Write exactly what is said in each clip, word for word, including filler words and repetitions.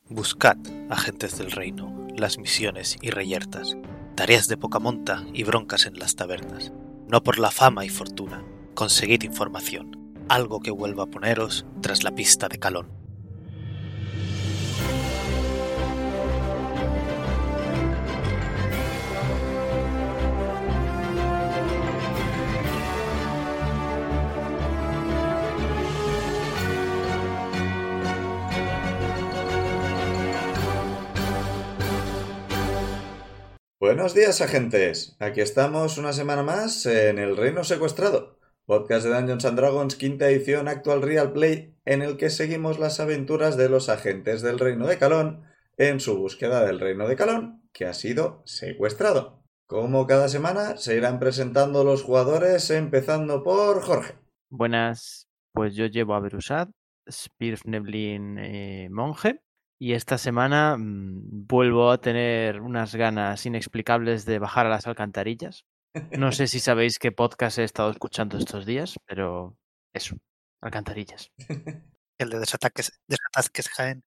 Buscad, agentes del reino, las misiones y reyertas, tareas de poca monta y broncas en las tabernas. No por la fama y fortuna, conseguid información, algo que vuelva a poneros tras la pista de Calón. Buenos días, agentes. Aquí estamos una semana más en El Reino Secuestrado, podcast de Dungeons and Dragons, quinta edición Actual Real Play, en el que seguimos las aventuras de los agentes del Reino de Calón en su búsqueda del Reino de Calón, que ha sido secuestrado. Como cada semana, se irán presentando los jugadores, empezando por Jorge. Buenas, pues yo llevo a Berusad, Spirfneblin eh, monje, y esta semana mmm, vuelvo a tener unas ganas inexplicables de bajar a las alcantarillas. No sé si sabéis qué podcast he estado escuchando estos días, pero eso, alcantarillas. El de desataques, desataques Jaén.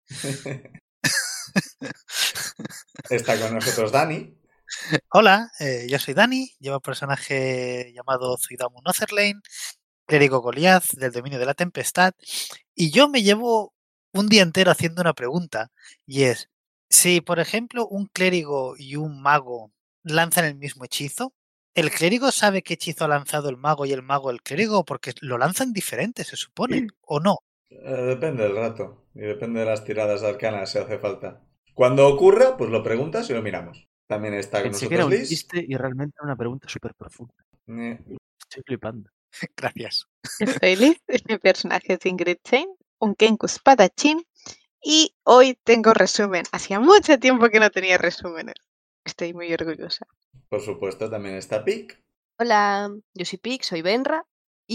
Está con nosotros Dani. Hola, eh, yo soy Dani, llevo un personaje llamado Zuidamu Notherlane, clérigo Goliath del dominio de la tempestad, y yo me llevo un día entero haciendo una pregunta, y es, si por ejemplo un clérigo y un mago lanzan el mismo hechizo, ¿el clérigo sabe qué hechizo ha lanzado el mago y el mago el clérigo? Porque lo lanzan diferente, se supone, ¿o no? Eh, depende del rato y depende de las tiradas de arcana si hace falta. Cuando ocurra, pues lo preguntas y lo miramos. También está con Pensé que era nosotros un Liz. chiste y realmente era una pregunta súper profunda. Eh, Estoy flipando. Gracias. Yo soy Liz, mi personaje es Ingrid Chain, un Kenku espadachín, y hoy tengo resumen. Hacía mucho tiempo que no tenía resúmenes. Estoy muy orgullosa. Por supuesto, también está Pic. Hola, yo soy Pic, soy Benra.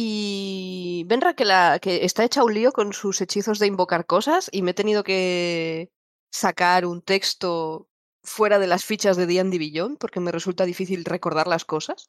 Y Benra que, la, que está hecha un lío con sus hechizos de invocar cosas y me he tenido que sacar un texto fuera de las fichas de D and D Beyond porque me resulta difícil recordar las cosas.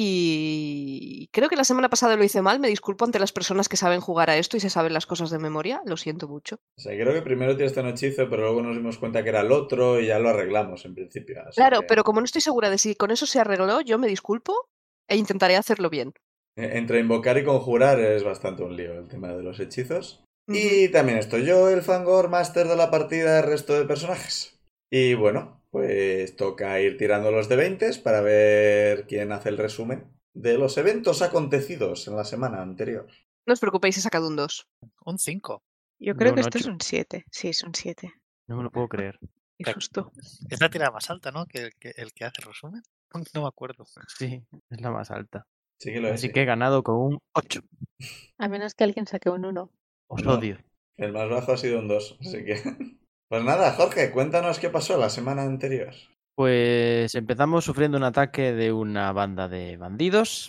Y creo que la semana pasada lo hice mal, me disculpo ante las personas que saben jugar a esto y se saben las cosas de memoria, lo siento mucho. O sea, creo que primero tiraste un hechizo, pero luego nos dimos cuenta que era el otro y ya lo arreglamos en principio. Así Claro, que... pero como no estoy segura de si con eso se arregló, yo me disculpo e intentaré hacerlo bien. Entre invocar y conjurar es bastante un lío el tema de los hechizos. Uh-huh. Y también estoy yo, el Fangor, máster de la partida del resto de personajes. Y bueno, pues toca ir tirando los de veinte para ver quién hace el resumen de los eventos acontecidos en la semana anterior. No os preocupéis, he sacado un dos. Un cinco. Yo creo Yo que un esto es ocho. un siete. Sí, es un siete. No me lo puedo creer. Qué susto. Es la tirada más alta, ¿no? Que el que, el que hace el resumen. No me acuerdo. Sí, es la más alta. Sí que lo es. Así sí. que he ganado con un ocho. A menos que alguien saque un uno. Os No. odio. El más bajo ha sido un dos, así que... Pues nada, Jorge, cuéntanos qué pasó la semana anterior. Pues empezamos sufriendo un ataque de una banda de bandidos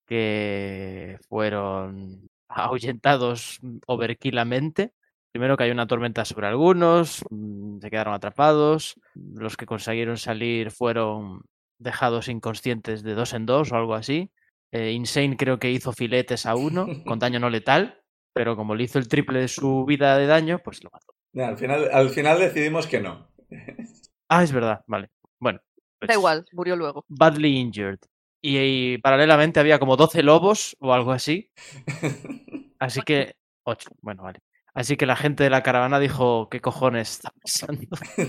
que fueron ahuyentados overkillamente. Primero cayó una tormenta sobre algunos, se quedaron atrapados. Los que consiguieron salir fueron dejados inconscientes de dos en dos o algo así. Eh, Insane creo que hizo filetes a uno con daño no letal, pero como le hizo el triple de su vida de daño, pues lo mató. Ya, al, final, al final decidimos que no. Ah, es verdad, vale. Bueno. Pues, Da igual, murió luego. Badly injured. Y, y paralelamente había como doce lobos o algo así. Así que... ocho, bueno, vale. Así que la gente de la caravana dijo, ¿qué cojones está pasando?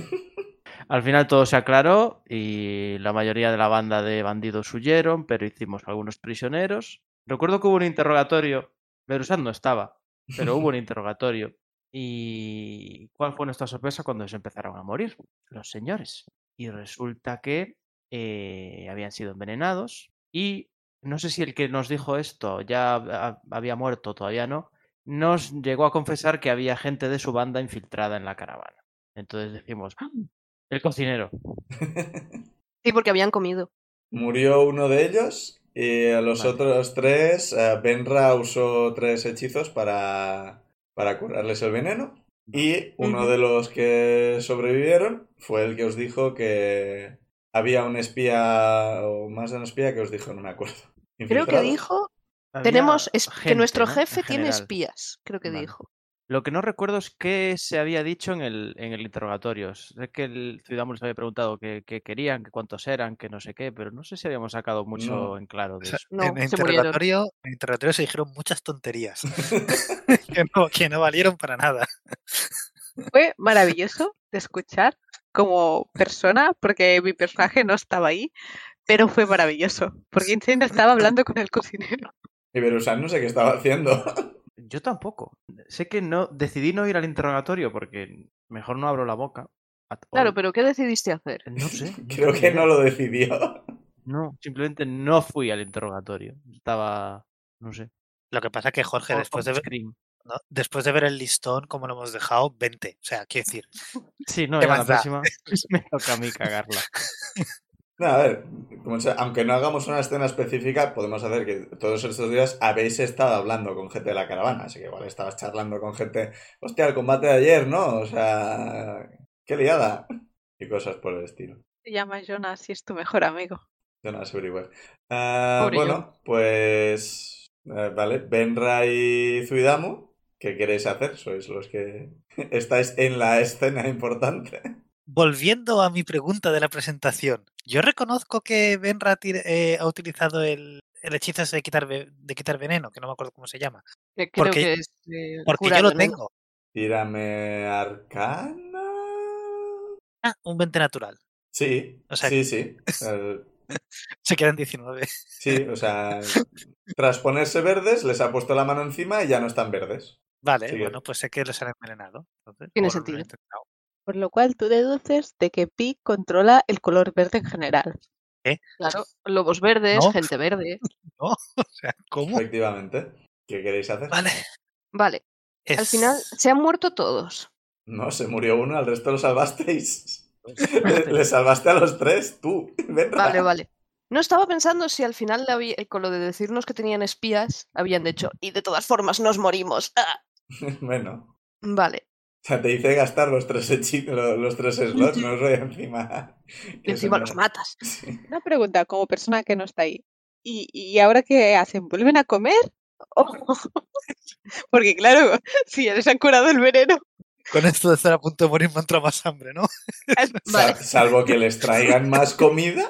Al final todo se aclaró y la mayoría de la banda de bandidos huyeron, pero hicimos algunos prisioneros. Recuerdo que hubo un interrogatorio. Berusad no estaba, pero hubo un interrogatorio. ¿Y cuál fue nuestra sorpresa cuando se empezaron a morir los señores? Y resulta que eh, habían sido envenenados y no sé si el que nos dijo esto ya a, había muerto, todavía no, nos llegó a confesar que había gente de su banda infiltrada en la caravana. Entonces decimos, ¡ah! El cocinero. Sí, porque habían comido. Murió uno de ellos y a los Vale. otros tres, uh, Benra usó tres hechizos para, para curarles el veneno. Y uno Uh-huh. de los que sobrevivieron fue el que os dijo que había un espía, o más de un espía que os dijo, no me acuerdo. Creo que ¿Infiltrado? dijo, Había tenemos es- gente, que nuestro ¿no? jefe En tiene general. espías, creo que Vale. dijo. Lo que no recuerdo es qué se había dicho en el, en el interrogatorio. Sé que el Ciudadano les había preguntado qué, qué querían, que cuántos eran, que no sé qué, pero no sé si habíamos sacado mucho No. en claro O de sea, eso. No, en el se murieron. interrogatorio, en el interrogatorio se dijeron muchas tonterías que, no, que no valieron para nada. Fue maravilloso de escuchar como persona, porque mi personaje no estaba ahí, pero fue maravilloso, porque Insane estaba hablando con el cocinero. Y Berusan no sé qué estaba haciendo. Yo tampoco. Sé que no decidí no ir al interrogatorio porque mejor no abro la boca. At Claro, all. pero ¿qué decidiste hacer? No sé. No Creo tengo ni que idea. no lo decidió. No, simplemente no fui al interrogatorio. Estaba, no sé, Lo que pasa es que Jorge, on- después de, ver, on-screen. ¿no? después de ver el listón, como lo hemos dejado, vente. O sea, quiero decir, Sí, no, ¿qué ya la más da? próxima me toca a mí cagarla. No, a ver, como sea, aunque no hagamos una escena específica, podemos hacer que todos estos días habéis estado hablando con gente de la caravana, así que igual estabas charlando con gente, hostia, el combate de ayer, ¿no? O sea, qué liada. Y cosas por el estilo. Se llama Jonas y es tu mejor amigo. Jonas Everywhere. Ah, Pobre bueno, pues... eh, vale, Benra y Zuidamu, ¿qué queréis hacer? Sois los que estáis en la escena importante. Volviendo a mi pregunta de la presentación, yo reconozco que Benra tire- eh, ha utilizado el, el hechizo ese de quitar, ve- de quitar veneno, que no me acuerdo cómo se llama. Que creo Porque, que es eh, porque curar yo lo veneno. tengo. Tírame Arcana. Ah, un veinte natural. Sí, O sea, sí, sí. Eh, se quedan diecinueve. sí, o sea, tras ponerse verdes, les ha puesto la mano encima y ya no están verdes. Vale, Sí que- bueno, pues sé que los han envenenado. Entonces, Tiene por lo sentido. intentado. Por lo cual tú deduces de que Pi controla el color verde en general. Claro, lobos verdes, No. gente verde. ¿No? O sea, ¿cómo? Efectivamente. ¿Qué queréis hacer? Vale. Vale, Es... al final se han muerto todos. No, se murió uno, al resto lo salvasteis. Pues, Le, le salvaste a los tres, tú, Benra. Vale, vale. No estaba pensando si al final le había- con lo de decirnos que tenían espías, habían dicho, y de todas formas nos morimos. ¡Ah! Bueno, Vale. o sea, te hice gastar los tres, hechi- los, los tres slots, no os voy encima. Y que eso encima no- los matas. Sí. Una pregunta como persona que no está ahí. ¿Y, y ahora qué hacen? ¿Vuelven a comer? ¿O- Porque claro, si ya les han curado el veneno. Con esto de estar a punto de morir me entra más hambre, ¿no? Vale. Sal- salvo que les traigan más comida.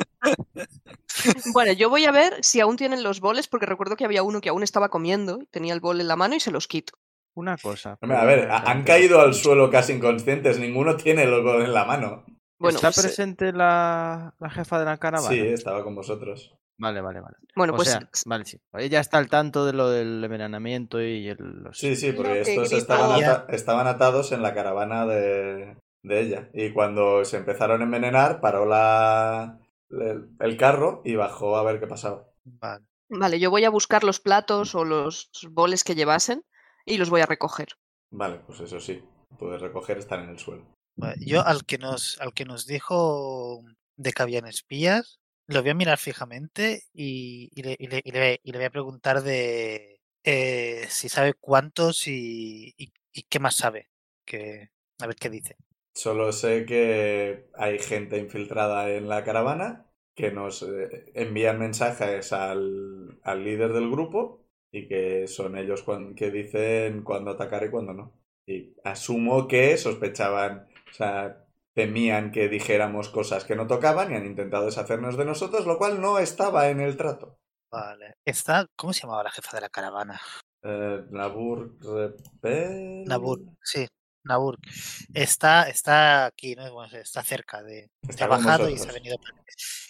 Bueno, yo voy a ver si aún tienen los boles, porque recuerdo que había uno que aún estaba comiendo, y tenía el bol en la mano y se los quito. una cosa. Hombre, a ver, perdona, a- han gente, caído al suelo casi inconscientes, ninguno tiene el gol en la mano. Bueno, ¿Está pues, eh, presente la, la jefa de la caravana? Sí, estaba con vosotros. Vale, vale, vale. bueno, O pues sea, vale, sí. Ella está al tanto de lo del envenenamiento y el, los... Sí, sí, Lo porque que estos gritó- estaban, ata- estaban atados en la caravana de, de ella. Y cuando se empezaron a envenenar, paró la, el, el carro y bajó a ver qué pasaba. Vale. vale, yo voy a buscar los platos o los boles que llevasen y los voy a recoger. Vale, pues eso sí, puedes recoger, están en el suelo. Vale, yo al que nos al que nos dijo de que habían espías, lo voy a mirar fijamente y, y le, y le- y le- y le voy a preguntar de eh, si sabe cuántos y, y- y qué más sabe. Que, a ver qué dice. Solo sé que hay gente infiltrada en la caravana que nos eh, envían mensajes al, al líder del grupo y que son ellos cuan- que dicen cuándo atacar y cuándo no. Y asumo que sospechaban, o sea, temían que dijéramos cosas que no tocaban y han intentado deshacernos de nosotros, lo cual no estaba en el trato. Vale. Está, ¿cómo se llamaba la jefa de la caravana? Eh, Nabur Repel... Nabur, sí, Nabur. Está, está aquí, ¿no? Bueno, está cerca de. Está Ha con bajado y se ha vosotros. venido para acá.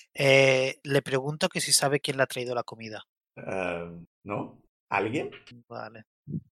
Eh, le pregunto que si sabe quién le ha traído la comida. Eh, ¿No? ¿Alguien? Vale.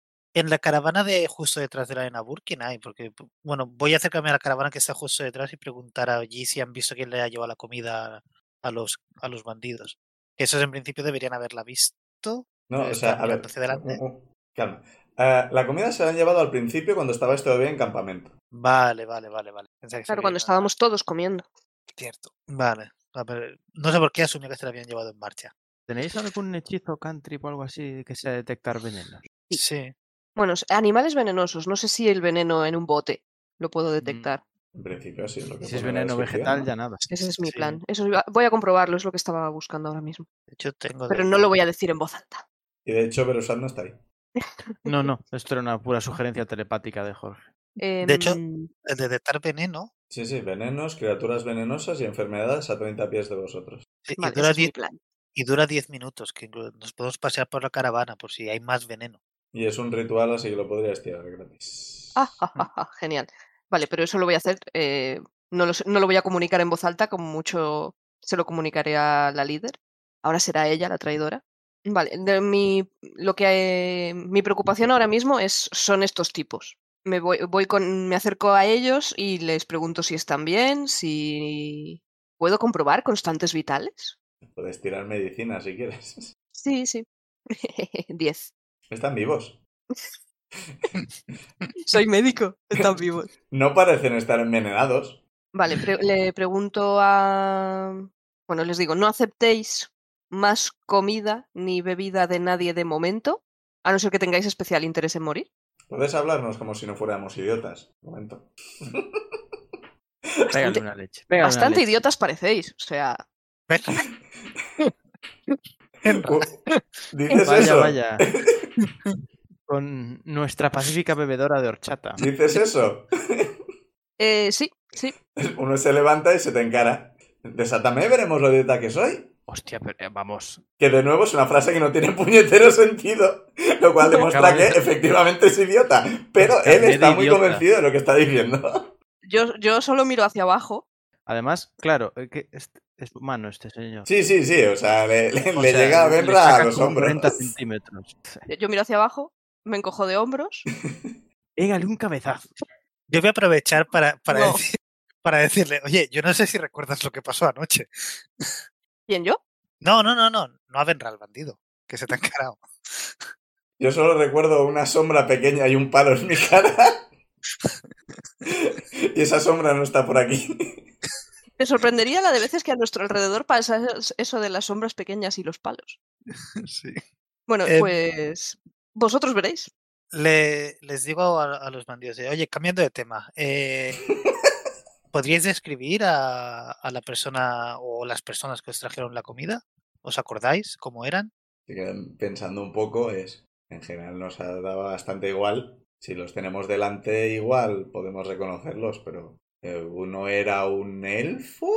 En la caravana de justo detrás de la de Nabur, ¿quién hay? Porque, bueno, voy a acercarme a la caravana que está justo detrás y preguntar allí si han visto quién le ha llevado la comida a los, a los bandidos. Esos en principio deberían haberla visto. No, pero o sea, están a ver, mirando hacia adelante. uh, uh, calma. Eh, la comida se la han llevado al principio cuando estabais todavía en campamento. Vale, vale, vale, vale. Pensaba que se Claro, había cuando ido. estábamos todos comiendo. Cierto. Vale. A ver, no sé por qué asumía que se la habían llevado en marcha. ¿Tenéis algún hechizo cantrip o algo así que sea detectar venenos? Sí. Sí. Bueno, s- animales venenosos. No sé si el veneno en un bote lo puedo detectar. En principio, sí, lo que Si es pone en la veneno descripción, vegetal, ¿no? ya nada. Ese es mi Sí. plan. Eso iba- voy a comprobarlo, es lo que estaba buscando ahora mismo. De hecho, tengo. Pero de- no lo voy a decir en voz alta. Y de hecho, Berusat no está ahí. No, no, esto era una pura sugerencia telepática de Jorge. De hecho, Em, el de detectar veneno Sí, sí, venenos, criaturas venenosas y enfermedades a treinta pies de vosotros. sí, y vale, dura ese es mi diez plan. y dura diez minutos, que inclu- nos podemos pasear por la caravana por si hay más veneno. Y es un ritual, así que lo podrías tirar gratis. Ah, ja, ja, ja, genial. Vale, pero eso lo voy a hacer. eh, no, lo, sé- no lo voy a comunicar en voz alta, como mucho se lo comunicaré a la líder. Ahora será ella la traidora. Vale, de mi, lo que, eh, mi preocupación ahora mismo es, son estos tipos. Me voy, voy con, me acerco a ellos y les pregunto si están bien, si puedo comprobar constantes vitales. Puedes tirar medicina si quieres. Sí, sí. Diez. Están vivos. Soy médico. Están vivos. No parecen estar envenenados. Vale, pre- le pregunto a... Bueno, les digo, no aceptéis más comida ni bebida de nadie de momento, a no ser que tengáis especial interés en morir. Puedes hablarnos como si no fuéramos idiotas. Un momento. Pégale Bastante, una leche. Pégale una bastante leche. idiotas parecéis. O sea, Venra. Uh, ¿Dices Vaya, eso? vaya. Con nuestra pacífica bebedora de horchata. ¿Dices eso? eh, sí, sí. Uno se levanta y se te encara. Desátame, veremos lo idiota que soy. Hostia, pero eh, vamos. Que de nuevo es una frase que no tiene puñetero sentido, lo cual demuestra Acaba que de- efectivamente es idiota. Pero Carné él de está muy idiota. convencido de lo que está diciendo. Yo, yo solo miro hacia abajo. Además, claro, eh, que es, es humano este señor. Sí, sí, sí, o sea, le, le- O le sea, llega a le Benra a saca los como hombros. cuarenta centímetros. Yo miro hacia abajo, me encojo de hombros. Pégale un cabezazo. Yo voy a aprovechar para, para, No. decir- para decirle, oye, yo no sé si recuerdas lo que pasó anoche. ¿Quién yo? No, no, no, no, no a Benra, al bandido, que se te ha encarado. Yo solo recuerdo una sombra pequeña y un palo en mi cara. Y esa sombra no está por aquí. Me sorprendería la de veces que a nuestro alrededor pasa eso de las sombras pequeñas y los palos. Sí. Bueno, Em, pues vosotros veréis. Le, les digo a, a los bandidos, de, oye, cambiando de tema, eh, ¿podríais describir a, a la persona o las personas que os trajeron la comida? ¿Os acordáis cómo eran? Así que, pensando un poco, es en general nos ha dado bastante igual. Si los tenemos delante igual, podemos reconocerlos, pero eh, uno era un elfo,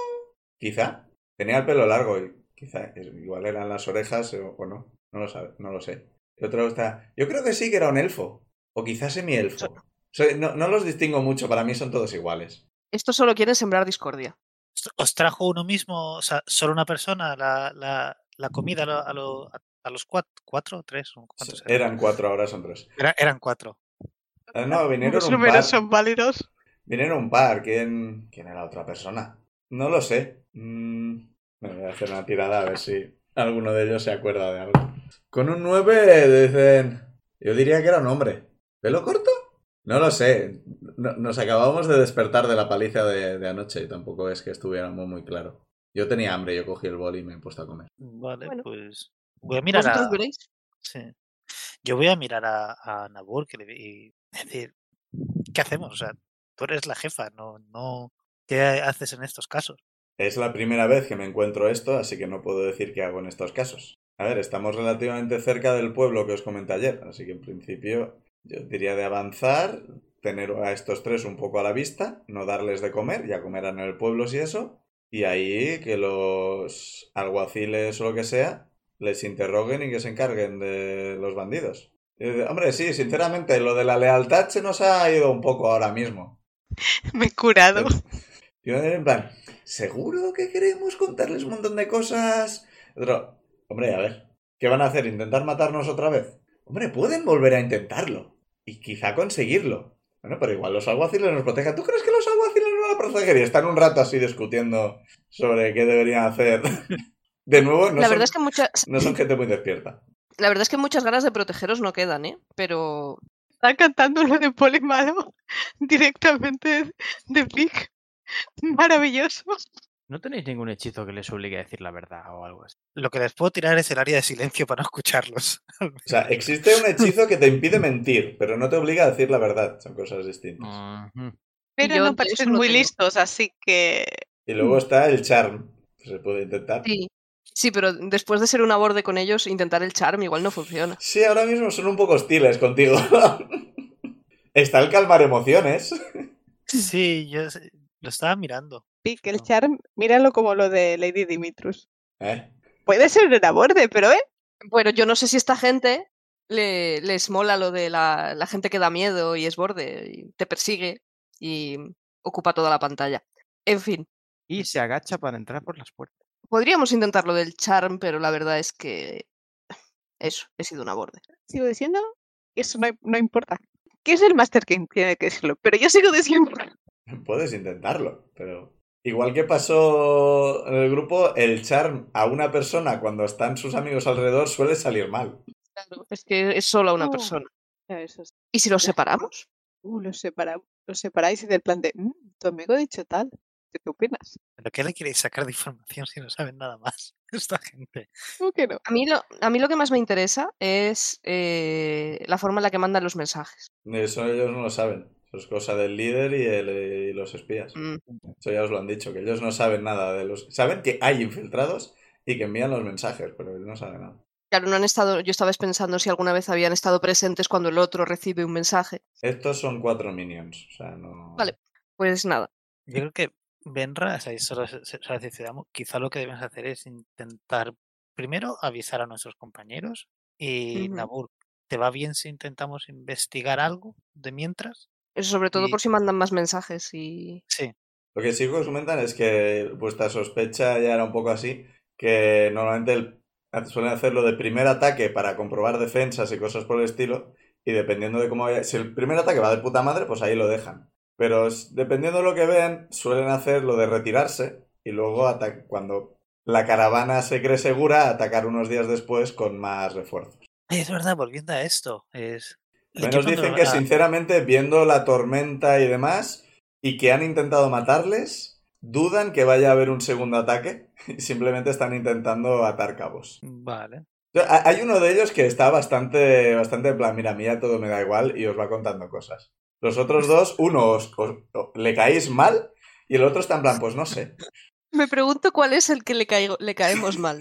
quizá. Tenía el pelo largo y quizá igual eran las orejas o, o no, no lo sabe, no lo sé. El otro está, yo creo que sí que era un elfo, o quizás semi-elfo. Soy- no, no los distingo mucho, para mí son todos iguales. Estos solo quieren sembrar discordia. ¿Os trajo uno mismo, o sea, solo una persona, la, la, la comida a, lo- a, lo- a los cuatro, cuatro, tres? ¿Cuántos eran? Eran cuatro, ahora son tres. Era- eran cuatro. Eh, no, vinieron Los un par. números son válidos. Vinieron un par. ¿Quién, ¿Quién era la otra persona? No lo sé. Mm, me voy a hacer una tirada a ver si alguno de ellos se acuerda de algo. Con un nueve dicen... Yo diría que era un hombre. ¿Pelo corto? No lo sé. No- nos acabamos de despertar de la paliza de, de anoche y tampoco es que estuviéramos muy claro. Yo tenía hambre, yo cogí el boli y me he puesto a comer. Vale, Bueno. pues voy a mirar Vosotros a... veréis. Sí. Yo voy a mirar a, a Nabur que le- y decir, ¿qué hacemos? O sea, tú eres la jefa, no, no, ¿qué haces en estos casos? Es la primera vez que me encuentro esto, así que no puedo decir qué hago en estos casos. A ver, estamos relativamente cerca del pueblo que os comenté ayer, así que en principio yo diría de avanzar, tener a estos tres un poco a la vista, no darles de comer, ya comerán en el pueblo si eso, y ahí que los alguaciles o lo que sea les interroguen y que se encarguen de los bandidos. Y dice, hombre, sí, sinceramente, lo de la lealtad se nos ha ido un poco ahora mismo. Me he curado. Y uno en plan, ¿seguro que queremos contarles un montón de cosas? Otro, hombre, a ver, ¿qué van a hacer? ¿Intentar matarnos otra vez? Hombre, pueden volver a intentarlo. Y quizá conseguirlo. Bueno, pero igual los alguaciles nos protejan. ¿Tú crees que los alguaciles no van a proteger? Y están un rato así discutiendo sobre qué deberían hacer. De nuevo, no, La son, verdad es que muchas, no son gente muy despierta. la verdad es que muchas ganas de protegeros no quedan, ¿eh? Pero Está cantando lo de Poli Malo directamente de Pig. Maravilloso. ¿No tenéis ningún hechizo que les obligue a decir la verdad o algo así? Lo que les puedo tirar es el área de silencio para no escucharlos. O sea, existe un hechizo que te impide mentir, pero no te obliga a decir la verdad. Son cosas distintas. Ujú. Pero yo no de parecen eso no muy tengo. listos, así que Y luego está el charm, que se puede intentar. Sí. Sí, pero después de ser un aborde con ellos, intentar el charm igual no funciona. Sí, ahora mismo son un poco hostiles contigo. Está el calmar emociones. Sí, yo sé- lo estaba mirando. Pic, el No. charm, míralo como lo de Lady Dimitrus. ¿Eh? Puede ser un aborde, pero ¿eh? Bueno, yo no sé si esta gente le, les mola lo de la, la gente que da miedo y es borde, y te persigue y ocupa toda la pantalla. En fin, Y se agacha para entrar por las puertas. podríamos intentar lo del charm, pero la verdad es que eso, he sido un aborde. Sigo diciendo que eso no, no importa. Que es el Master quien tiene que decirlo, pero yo sigo diciendo. Puedes intentarlo, pero... Igual que pasó en el grupo, el charm a una persona cuando están sus amigos alrededor suele salir mal. Claro, es que es solo a una Oh. persona. Ya, eso sí. ¿Y si los Ya. separamos? Uh, los, separa- los separáis y del plan de, "Mm, tu amigo ha dicho tal. ¿Tú ¿Qué opinas? ¿Pero qué le queréis sacar de información si no saben nada más? Esta gente. ¿Cómo que no? A mí lo, a mí lo que más me interesa es eh, la forma en la que mandan los mensajes. Eso ellos no lo saben. Eso es cosa del líder y, el- y los espías. Mm, Eso ya os lo han dicho, que ellos no saben nada de los... Saben que hay infiltrados y que envían los mensajes, pero ellos no saben nada. Claro, no han estado. Yo estaba pensando si alguna vez habían estado presentes cuando el otro recibe un mensaje. Estos son cuatro minions, o sea, no... Vale. Pues nada. Yo creo que Benra, o sea, y solo se- se- solo decidamos, quizá lo que debemos hacer es intentar primero avisar a nuestros compañeros y Ujú. Nabur, ¿te va bien si intentamos investigar algo de mientras? Eso sobre todo Y- por si mandan más mensajes y. Sí, Lo que sí que os comentan es que vuestra sospecha ya era un poco así, que normalmente el- suelen hacerlo de primer ataque para comprobar defensas y cosas por el estilo, y dependiendo de cómo vaya... Si el primer ataque va de puta madre, pues ahí lo dejan. Pero es- dependiendo de lo que vean, suelen hacer lo de retirarse y luego ata- cuando la caravana se cree segura, atacar unos días después con más refuerzos. Ay, es verdad, volviendo a esto, es... También nos Legend dicen Under- que, ah, sinceramente, viendo la tormenta y demás, y que han intentado matarles, dudan que vaya a haber un segundo ataque y simplemente están intentando atar cabos. Vale. O sea, ha- Hay uno de ellos que está bastante, bastante en plan, mira, a mí ya todo me da igual y os va contando cosas. Los otros dos, uno os, os- o- le caéis mal y el otro está en plan, pues no sé. Me pregunto cuál es el que le, caigo, le caemos mal.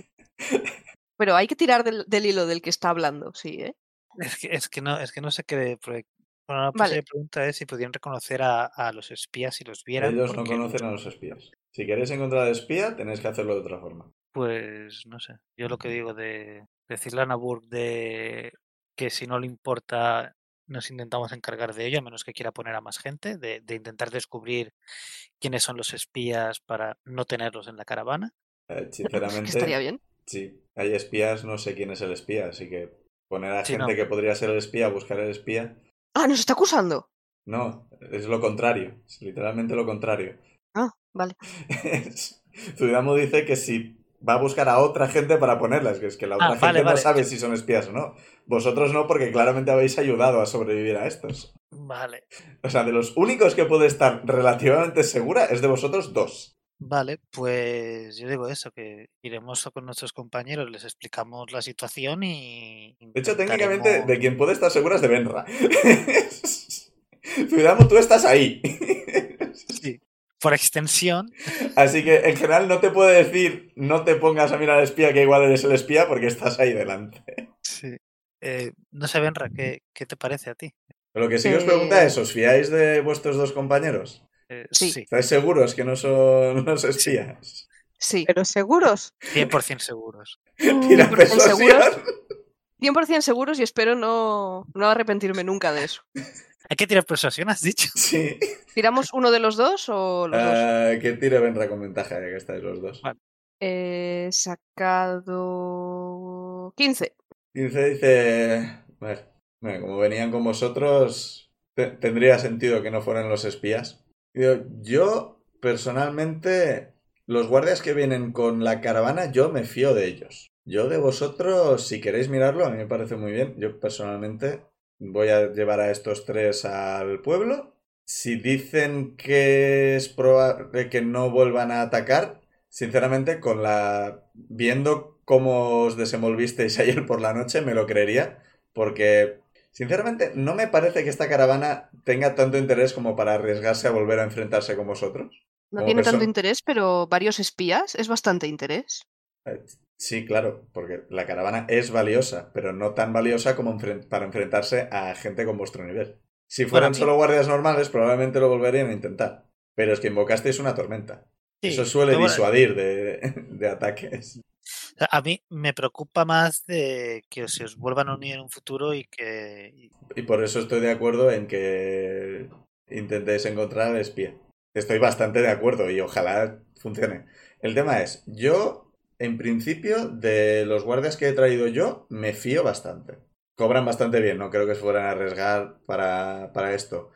Pero hay que tirar del, del hilo del que está hablando, sí, ¿eh? Es que, es que no, es que no sé qué. Bueno, una Vale. posible pregunta es si podrían reconocer a, a los espías si los vieran. Ellos no porque, conocen a los espías. Si queréis encontrar al espía, tenéis que hacerlo de otra forma. Pues no sé. Yo lo que digo de decirle a Naburg de que si no le importa nos intentamos encargar de ello, a menos que quiera poner a más gente, de, de intentar descubrir quiénes son los espías para no tenerlos en la caravana. Eh, Que estaría sinceramente, bien. si hay espías, no sé quién es el espía, así que poner a Sí, gente no. que podría ser el espía, buscar el espía, Ah, nos está acusando. no, es lo contrario, es literalmente lo contrario. Ah, vale. Zuidamo dice que si va a buscar a otra gente para ponerlas, que es que la otra Ah, gente vale, no vale. sabe si son espías o no. Vosotros no, porque claramente habéis ayudado a sobrevivir a estos. Vale, O sea, de los únicos que puede estar relativamente segura es de vosotros dos. vale, pues yo digo eso, que iremos con nuestros compañeros, les explicamos la situación y... De hecho, técnicamente, intentaremos- de quien puede estar segura es de Benra. Zuidamo, tú estás ahí. Sí, por extensión. Así que, en general, no te puede decir no te pongas a mirar al espía, que igual eres el espía, porque estás ahí delante. Sí. Eh, no sé, Benra, ¿qué, ¿qué te parece a ti? Lo que sí que os pregunta es, ¿os fiáis de vuestros dos compañeros? Eh, Sí. sí, ¿Estáis seguros que no son los espías? Sí. Pero seguros. cien por ciento seguros. Tira cien por ciento persuasión. seguros. cien por ciento seguros y espero no, no arrepentirme nunca de eso. Hay que tirar persuasión, has dicho. Sí. ¿Tiramos uno de los dos o los dos? Ah, que tire Benra con ventaja, ya que estáis los dos. Vale. He sacado quince. quince dice... A ver, bueno, como venían con vosotros, te- tendría sentido que no fueran los espías. Digo, yo, personalmente, los guardias que vienen con la caravana, yo me fío de ellos. Yo de vosotros, si queréis mirarlo, a mí me parece muy bien. Yo, personalmente, voy a llevar a estos tres al pueblo. Si dicen que es probable que no vuelvan a atacar, sinceramente, con la... viendo cómo os desenvolvisteis ayer por la noche, me lo creería. Porque, sinceramente, no me parece que esta caravana tenga tanto interés como para arriesgarse a volver a enfrentarse con vosotros. No Como tiene tanto persona. interés, pero varios espías es bastante interés. Eh, Sí, claro, porque la caravana es valiosa, pero no tan valiosa como enfren- para enfrentarse a gente con vuestro nivel. Si Bueno, a fueran mí, solo guardias normales, probablemente lo volverían a intentar. Pero es que invocasteis una tormenta. Eso sí, suele pero bueno, disuadir de, de ataques. o sea, a mí me preocupa más de que se os vuelvan a unir en un futuro y que... y- Y por eso estoy de acuerdo en que intentéis encontrar al espía. Estoy bastante de acuerdo y ojalá funcione. El tema es, yo, en principio, de los guardias que he traído yo, me fío bastante. Cobran bastante bien, no creo que se fueran a arriesgar para, para esto.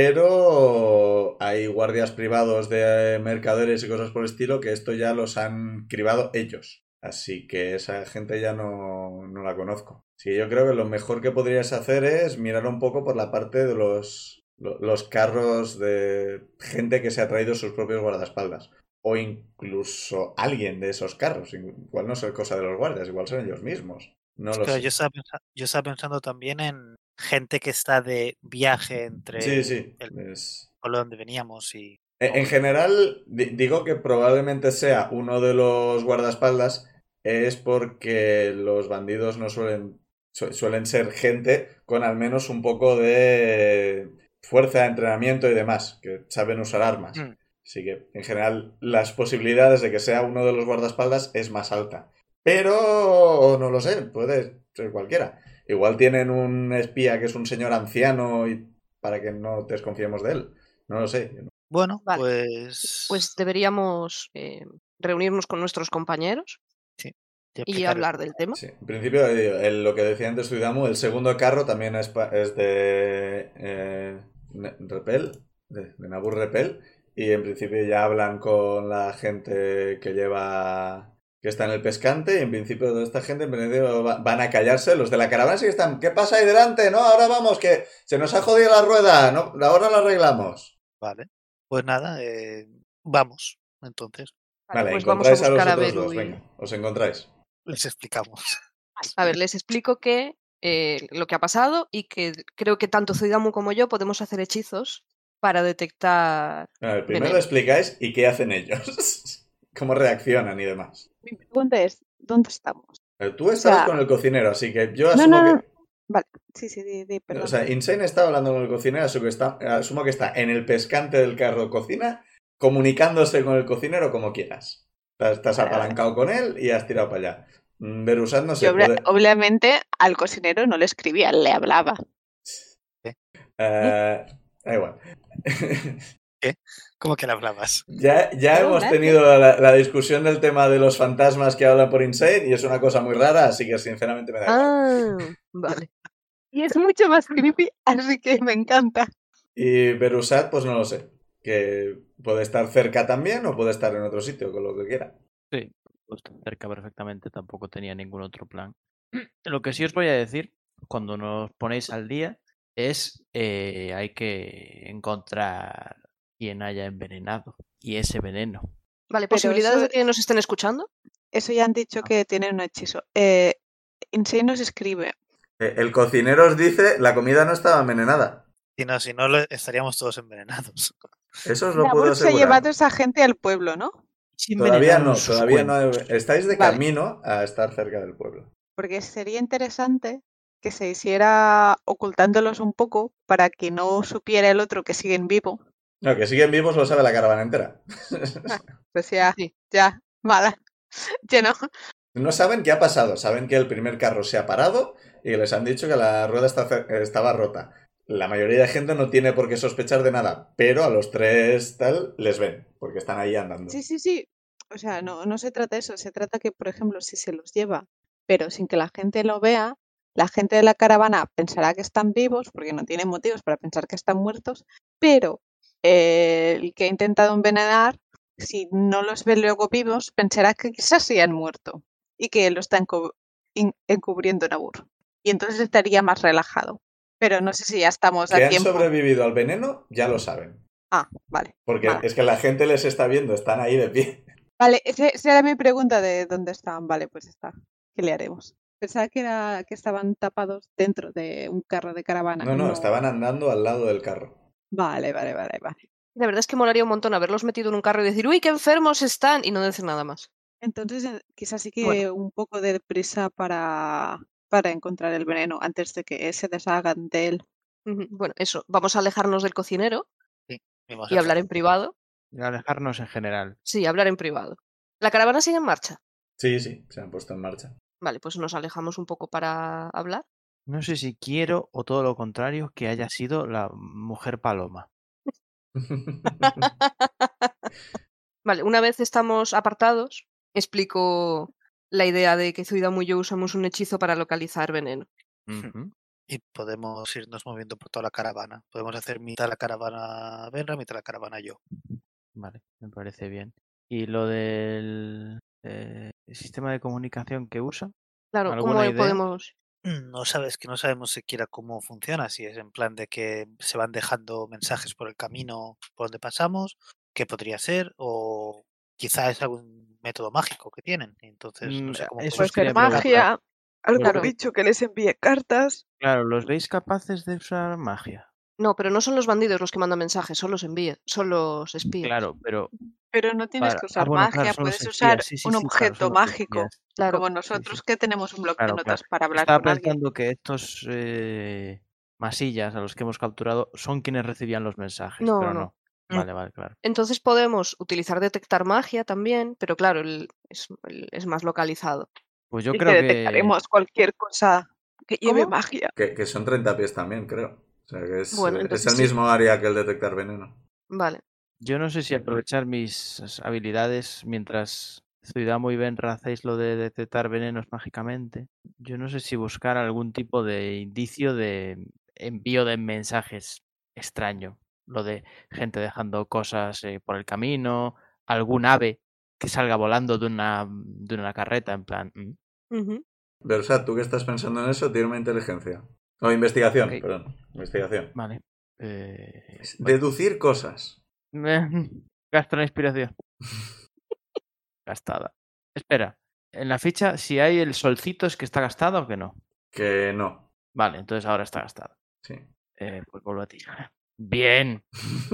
Pero hay guardias privados de mercaderes y cosas por el estilo que esto ya los han cribado ellos. Así que esa gente ya no, no la conozco. Sí, yo creo que lo mejor que podrías hacer es mirar un poco por la parte de los, lo- los carros de gente que se ha traído sus propios guardaespaldas. O incluso alguien de esos carros. Igual no es cosa de los guardias, igual son ellos mismos. No lo Claro, sé. yo estaba, pensa- yo estaba pensando también en gente que está de viaje Sí, entre sí. el Es... pueblo donde veníamos y... En en general, di- digo que probablemente sea uno de los guardaespaldas es porque los bandidos no suelen, su- suelen ser gente con al menos un poco de fuerza, entrenamiento y demás, que saben usar armas. Mm, Así que, en general, las posibilidades de que sea uno de los guardaespaldas es más alta. Pero, no lo sé, puede ser cualquiera. Igual tienen un espía que es un señor anciano y para que no desconfiemos de él. No lo sé. Bueno, Vale, pues... pues deberíamos eh, reunirnos con nuestros compañeros Sí, y y explicar hablar del tema. Sí, en principio, eh, el- lo que decía antes Zuidamu, el segundo carro también es, pa- es de eh, Ne- Repel, de, de Nabur Repel, y en principio ya hablan con la gente que lleva, que está en el pescante, y en principio toda esta gente en principio va- van a callarse, los de la caravana sí que están, ¿qué pasa ahí delante? No, ahora vamos, que se nos ha jodido la rueda, no, ahora la arreglamos. Vale. Pues nada, eh, vamos, entonces, Vale, Vale, pues vamos a encontráis a los buscar a otros Beru dos, y... venga, os encontráis. les explicamos. A ver, les explico que eh, lo que ha pasado y que creo que tanto Zuidamu como yo podemos hacer hechizos para detectar A ver, primero veneno. explicáis y qué hacen ellos, cómo reaccionan y demás. Mi pregunta es, ¿dónde estamos? Eh, Tú O estabas sea, con el cocinero, así que yo no, asumo no, no. que... Vale, sí, sí, di, di, O perdón. sea, Insane estaba hablando con el cocinero, asumo que está, asumo que está en el pescante del carro cocina, comunicándose con el cocinero como quieras. Estás, estás Vale, vale. apalancado con él y has tirado para allá. Mm, Berusat no Yo se obvia- puede... obviamente al cocinero no le escribía, le hablaba. Eh, da igual. ¿Qué? ¿Cómo que le hablabas? Ya, ya No, hemos gracias. tenido la, la discusión del tema de los fantasmas que hablan por Insane y es una cosa muy rara, así que sinceramente me da igual. Ah, vale. Y es mucho más creepy, así que me encanta. Y Berusat, pues no lo sé. Que puede estar cerca también o puede estar en otro sitio, con lo que quiera. Sí, pues cerca perfectamente, tampoco tenía ningún otro plan. Lo que sí os voy a decir, cuando nos ponéis al día, es eh, hay que encontrar quien haya envenenado y ese veneno. Vale, Pero ¿posibilidades eso- de que nos estén escuchando? Eso ya han dicho Ah. que tienen un hechizo. Eh, Insane nos escribe. Eh, El cocinero os dice, la comida no estaba envenenada. Si no, si no, lo- estaríamos todos envenenados. Eso os lo puedo Nabur se ha asegurar. llevado a esa gente al pueblo, ¿no? Si Todavía envenenaron no, sus todavía no. cuentos. Estáis de Vale. camino a estar cerca del pueblo. Porque sería interesante que se hiciera ocultándolos un poco para que no supiera el otro que siguen vivos. No, que siguen vivos lo sabe la caravana entera. Pues ya, Sí. ya, mala. Ya no. No saben qué ha pasado, saben que el primer carro se ha parado y les han dicho que la rueda está cer- estaba rota. La mayoría de gente no tiene por qué sospechar de nada, pero a los tres tal les ven, porque están ahí andando. Sí, sí, sí. O sea, no, no se trata de eso. Se trata que, por ejemplo, si se los lleva, pero sin que la gente lo vea, la gente de la caravana pensará que están vivos, porque no tienen motivos para pensar que están muertos, pero eh, el que ha intentado envenenar, si no los ve luego vivos, pensará que quizás sí han muerto y que lo está encu- in- encubriendo Nabur. Y entonces estaría más relajado. Pero no sé si ya estamos Que a han tiempo. sobrevivido al veneno, ya lo saben. Ah, vale. Porque Vale. es que la gente les está viendo, están ahí de pie. Vale, ese- esa era mi pregunta de dónde estaban. Vale, pues está. ¿Qué le haremos? Pensaba que era que estaban tapados dentro de un carro de caravana. No, no, estaban andando al lado del carro. Vale, vale, vale, vale. La verdad es que molaría un montón haberlos metido en un carro y decir, uy, qué enfermos están, y no decir nada más. Entonces, eh, quizás sí que Bueno. un poco de prisa para, para encontrar el veneno antes de que se deshagan de él. Ujú, Bueno, eso. Vamos a alejarnos del cocinero Sí, vamos y a hablar en hacer- privado. Y alejarnos en general. Sí, hablar en privado. ¿La caravana sigue en marcha? Sí, sí, se han puesto en marcha. Vale, pues nos alejamos un poco para hablar. No sé si quiero o todo lo contrario que haya sido la mujer paloma. Vale, una vez estamos apartados, explico la idea de que Zuidamu y yo usamos un hechizo para localizar veneno. Ujú. Y podemos irnos moviendo por toda la caravana. Podemos hacer mitad la caravana Benra, mitad la caravana yo. Vale, me parece bien. ¿Y lo del eh, sistema de comunicación que usa? Claro, ¿cómo ¿Alguna idea? podemos...? No sabes que no sabemos siquiera cómo funciona, si es en plan de que se van dejando mensajes por el camino por donde pasamos, que podría ser, o quizá es algún método mágico que tienen. Entonces Mm, no sé cómo eso Puede os podemos ser quería preguntar. identificarla. magia, algún Los Claro. veis- bicho que les envíe cartas. claro, ¿los veis capaces de usar magia? No, pero no son los bandidos los que mandan mensajes, son los envíos, son los espías. Claro, pero Pero no tienes para... que Ah, usar bueno, claro, magia, son los puedes usar espías. Sí, sí, un sí, claro, son objeto los mágico, espías. Claro, como Sí, nosotros sí. que tenemos un bloc de Claro, notas claro. para hablar Estaba con alguien. pensando que estos eh, masillas a los que hemos capturado son quienes recibían los mensajes, No, pero no. no. Mm. Vale, vale, claro. Entonces podemos utilizar detectar magia también, pero claro, el- es, el- es más localizado. Pues yo Y que creo que... detectaremos cualquier cosa que lleve ¿Cómo? magia. Que, que son treinta pies también, creo. O sea, que es, Bueno, eh, es entonces el sí. mismo área que el detectar veneno. Vale. Yo no sé si aprovechar mis habilidades mientras Zuidamu y Benra hacéis lo de detectar venenos mágicamente. Yo no sé si buscar algún tipo de indicio de envío de mensajes extraño. Lo de gente dejando cosas eh, por el camino, algún ave que salga volando de una, de una carreta, en plan. mm, Ujú. Pero, o sea, tú que estás pensando en eso, tiene una inteligencia. O investigación, Ok. perdón. Investigación. Vale. Eh, Es bueno. Deducir cosas. Gasto la inspiración. Gastada. Espera, en la ficha, si hay el solcito, ¿es que está gastada o que no? Que no. Vale, entonces ahora está gastada. Sí. Eh, pues vuelvo a ti. Bien.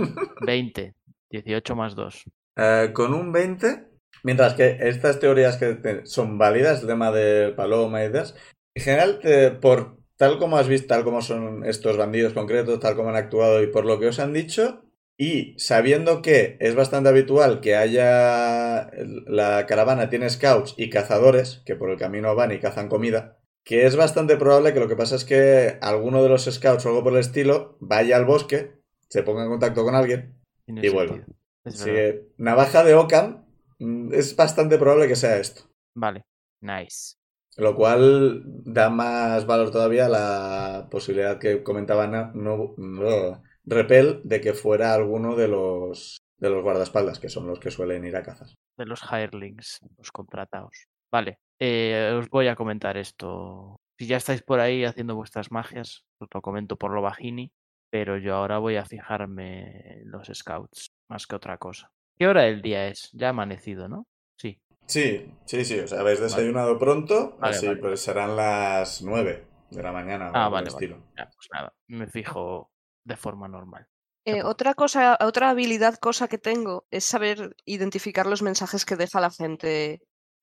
veinte. dieciocho más dos. Eh, con un veinte, mientras que estas teorías que te- son válidas, el tema de Paloma y demás, en general, te- por tal como has visto, tal como son estos bandidos concretos, tal como han actuado y por lo que os han dicho, y sabiendo que es bastante habitual que haya, la caravana tiene scouts y cazadores, que por el camino van y cazan comida, que es bastante probable que lo que pasa es que alguno de los scouts o algo por el estilo vaya al bosque, se ponga en contacto con alguien Tiene y vuelva. sentido. Es Así verdad. que navaja de Occam, mm, es bastante probable que sea esto. Vale. Nice. Lo cual da más valor todavía a la posibilidad que comentaba Na- no, no, Repel de que fuera alguno de los de los guardaespaldas, que son los que suelen ir a cazar. De los hirelings, los contratados. Vale. eh, os voy a comentar esto. Si ya estáis por ahí haciendo vuestras magias, os lo comento por lo bajini. Pero yo ahora voy a fijarme en los scouts, más que otra cosa. ¿Qué hora del día es? Ya ha amanecido, ¿no? Sí. Sí, sí, sí, o sea, habéis Vale. desayunado pronto, Vale, así vale, pues serán las nueve de la mañana o Ah, algo por el vale, vale. estilo. Ya, pues nada, me fijo de forma normal. Eh, Chapo. otra cosa, otra habilidad, cosa que tengo, es saber identificar los mensajes que deja la gente.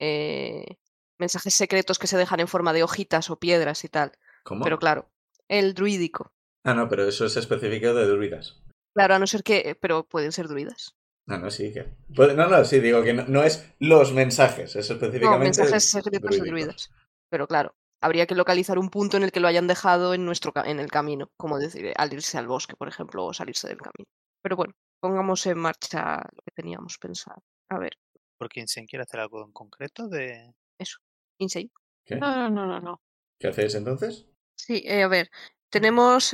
eh, mensajes secretos que se dejan en forma de hojitas o piedras y tal. ¿Cómo? Pero claro, el druídico. Ah, no, pero eso es específico de druidas. Claro, a no ser que. Pero pueden ser druidas. No, no, sí, que... puede- No, no, sí, digo que no, no es los mensajes, es No, específicamente mensajes secretos de druídicos. druidas. Pero claro, habría que localizar un punto en el que lo hayan dejado en nuestro ca- en el camino, como decir, al irse al bosque, por ejemplo, o salirse del camino. Pero bueno, pongamos en marcha lo que teníamos pensado. A ver, ¿Por quién se quiere hacer algo en concreto de...? eso. Insane. ¿Qué? No, no, no, no, no. ¿Qué hacéis entonces? Sí, eh, a ver, tenemos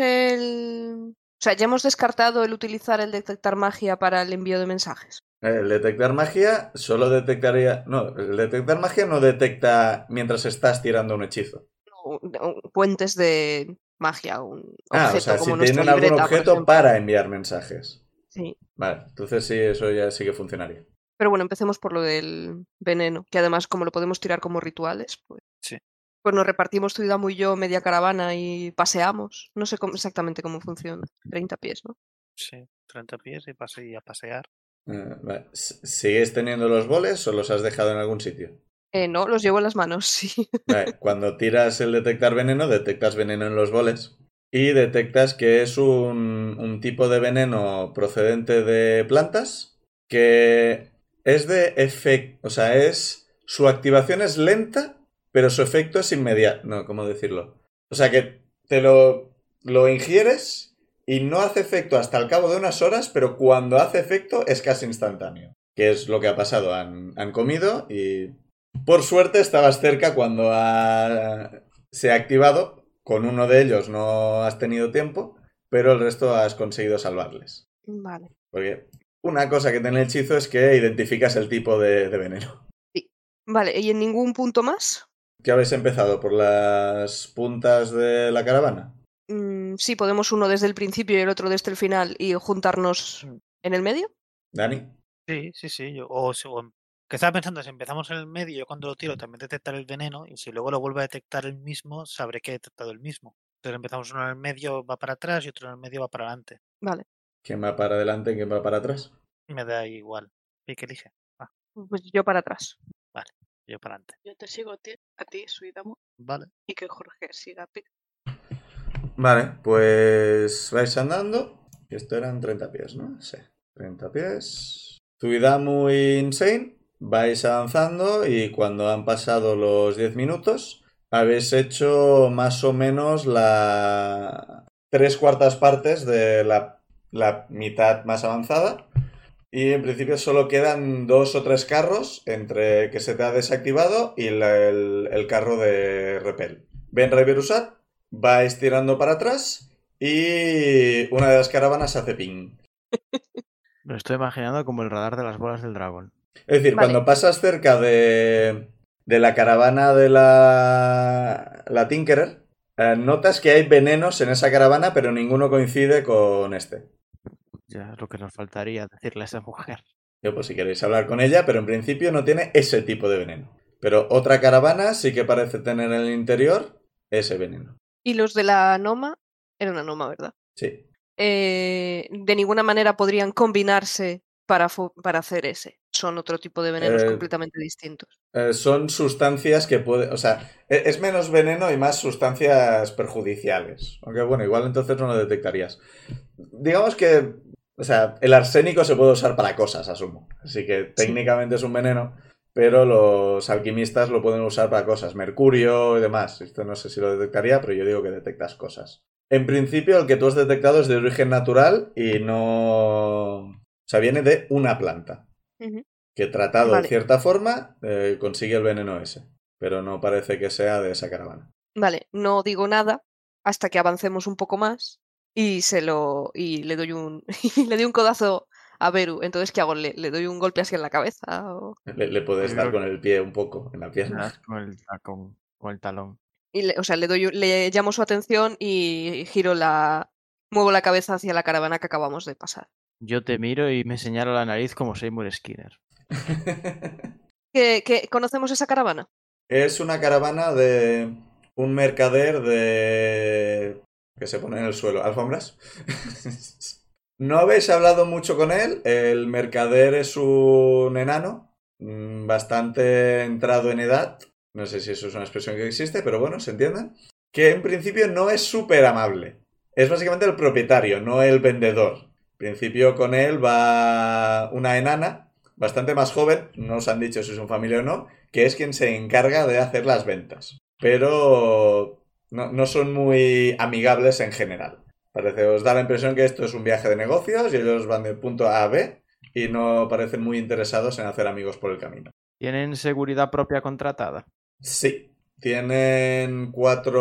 el... O sea, ya hemos descartado el utilizar el detectar magia para el envío de mensajes. El detectar magia solo detectaría... No, el detectar magia no detecta mientras estás tirando un hechizo. O- o puentes de magia, un Ah, objeto o sea, como si nuestra tienen algún libreta, por objeto ejemplo. para enviar mensajes. Sí. Vale, entonces sí, eso ya sí que funcionaría. Pero bueno, empecemos por lo del veneno, que además como lo podemos tirar como rituales, pues, Sí. pues nos repartimos Zuidamu y yo media caravana y paseamos. No sé cómo- exactamente cómo funciona. treinta pies, ¿no? Sí, treinta pies y, pase, y a pasear. Eh, vale. ¿Sigues teniendo los boles o los has dejado en algún sitio? Eh, no, los llevo en las manos, sí. Vale. Cuando tiras el detectar veneno, detectas veneno en los boles y detectas que es un, un tipo de veneno procedente de plantas que es de efecto, o sea, es su activación es lenta, pero su efecto es inmediato. No, ¿cómo decirlo? O sea que te lo, lo ingieres y no hace efecto hasta el cabo de unas horas, pero cuando hace efecto es casi instantáneo. Que es lo que ha pasado. Han, han comido y por suerte estabas cerca cuando ha, se ha activado. Con uno de ellos no has tenido tiempo, pero el resto has conseguido salvarles. Vale. Porque una cosa que tiene el hechizo es que identificas el tipo de, de veneno. Sí. Vale, ¿y en ningún punto más? ¿Qué habéis empezado? ¿Por las puntas de la caravana? Mm, sí, podemos uno desde el principio y el otro desde el final y juntarnos en el medio. ¿Dani? Sí, sí, sí. Yo, o, si- o que estaba pensando, si empezamos en el medio, yo cuando lo tiro también detectar el veneno, y si luego lo vuelve a detectar el mismo, sabré que he detectado el mismo. Entonces empezamos uno en el medio, va para atrás, y otro en el medio va para adelante. Vale. ¿Quién va para adelante y quién va para atrás? Me da igual. ¿Y qué elige? Ah, Pues yo para atrás. vale, yo para adelante. Yo te sigo a ti, a ti Suidamu, Vale. y que Jorge siga a Pic. Vale, pues vais andando. Esto eran treinta pies, ¿no? Sí. treinta pies. Zuidamu y Insane. Vais avanzando y cuando han pasado los diez minutos, habéis hecho más o menos la tres cuartas partes de la, la mitad más avanzada. Y en principio solo quedan dos o tres carros entre que se te ha desactivado y la, el, el carro de repel. Benra y Berusat, vais tirando para atrás y una de las caravanas hace ping. Me lo estoy imaginando como el radar de las bolas del dragón. Es decir, Vale. cuando pasas cerca de, de la caravana de la, la Tinkerer, eh, notas que hay venenos en esa caravana, pero ninguno coincide con este. Ya es lo que nos faltaría decirle a esa mujer. Yo, pues si queréis hablar con ella, pero en principio no tiene ese tipo de veneno. Pero otra caravana sí que parece tener en el interior ese veneno. Y los de la Noma, era una Noma, ¿verdad? Sí. Eh, de ninguna manera podrían combinarse para, fo- para hacer ese. Son otro tipo de venenos Eh, completamente distintos. Eh, son sustancias que pueden... O sea, e- es menos veneno y más sustancias perjudiciales. Aunque bueno, igual entonces no lo detectarías. Digamos que... O sea, el arsénico se puede usar para cosas, asumo. Así que técnicamente es un veneno, pero los alquimistas lo pueden usar para cosas. Mercurio y demás. Esto no sé si lo detectaría, pero yo digo que detectas cosas. En principio, el que tú has detectado es de origen natural y no... O sea, viene de una planta. Ujú. Que tratado Vale. de cierta forma eh, consigue el veneno ese. Pero no parece que sea de esa caravana. Vale, no digo nada hasta que avancemos un poco más y se lo y le doy un y le doy un codazo a Beru. Entonces, ¿qué hago? ¿Le, le doy un golpe así en la cabeza? O... Le, le puedes Yo dar creo con el pie un poco en la que me pierna. das con el, con, con el talón. Y le- o sea, le doy un- le llamo su atención y giro la muevo la cabeza hacia la caravana que acabamos de pasar. Yo te miro y me señalo la nariz como Seymour Skinner. ¿Qué, qué- conocemos esa caravana? Es una caravana de un mercader de... que se pone en el suelo. ¿Alfombras? No habéis hablado mucho con él. El mercader es un enano, mm, bastante entrado en edad. No sé si eso es una expresión que existe, pero bueno, se entiende. Que en principio no es súper amable. Es básicamente el propietario, no el vendedor. En principio con él va una enana, bastante más joven, no os han dicho si es un familia o no, que es quien se encarga de hacer las ventas. Pero no, no son muy amigables en general. Parece, os da la impresión que esto es un viaje de negocios y ellos van de punto A a B y no parecen muy interesados en hacer amigos por el camino. ¿Tienen seguridad propia contratada? Sí, tienen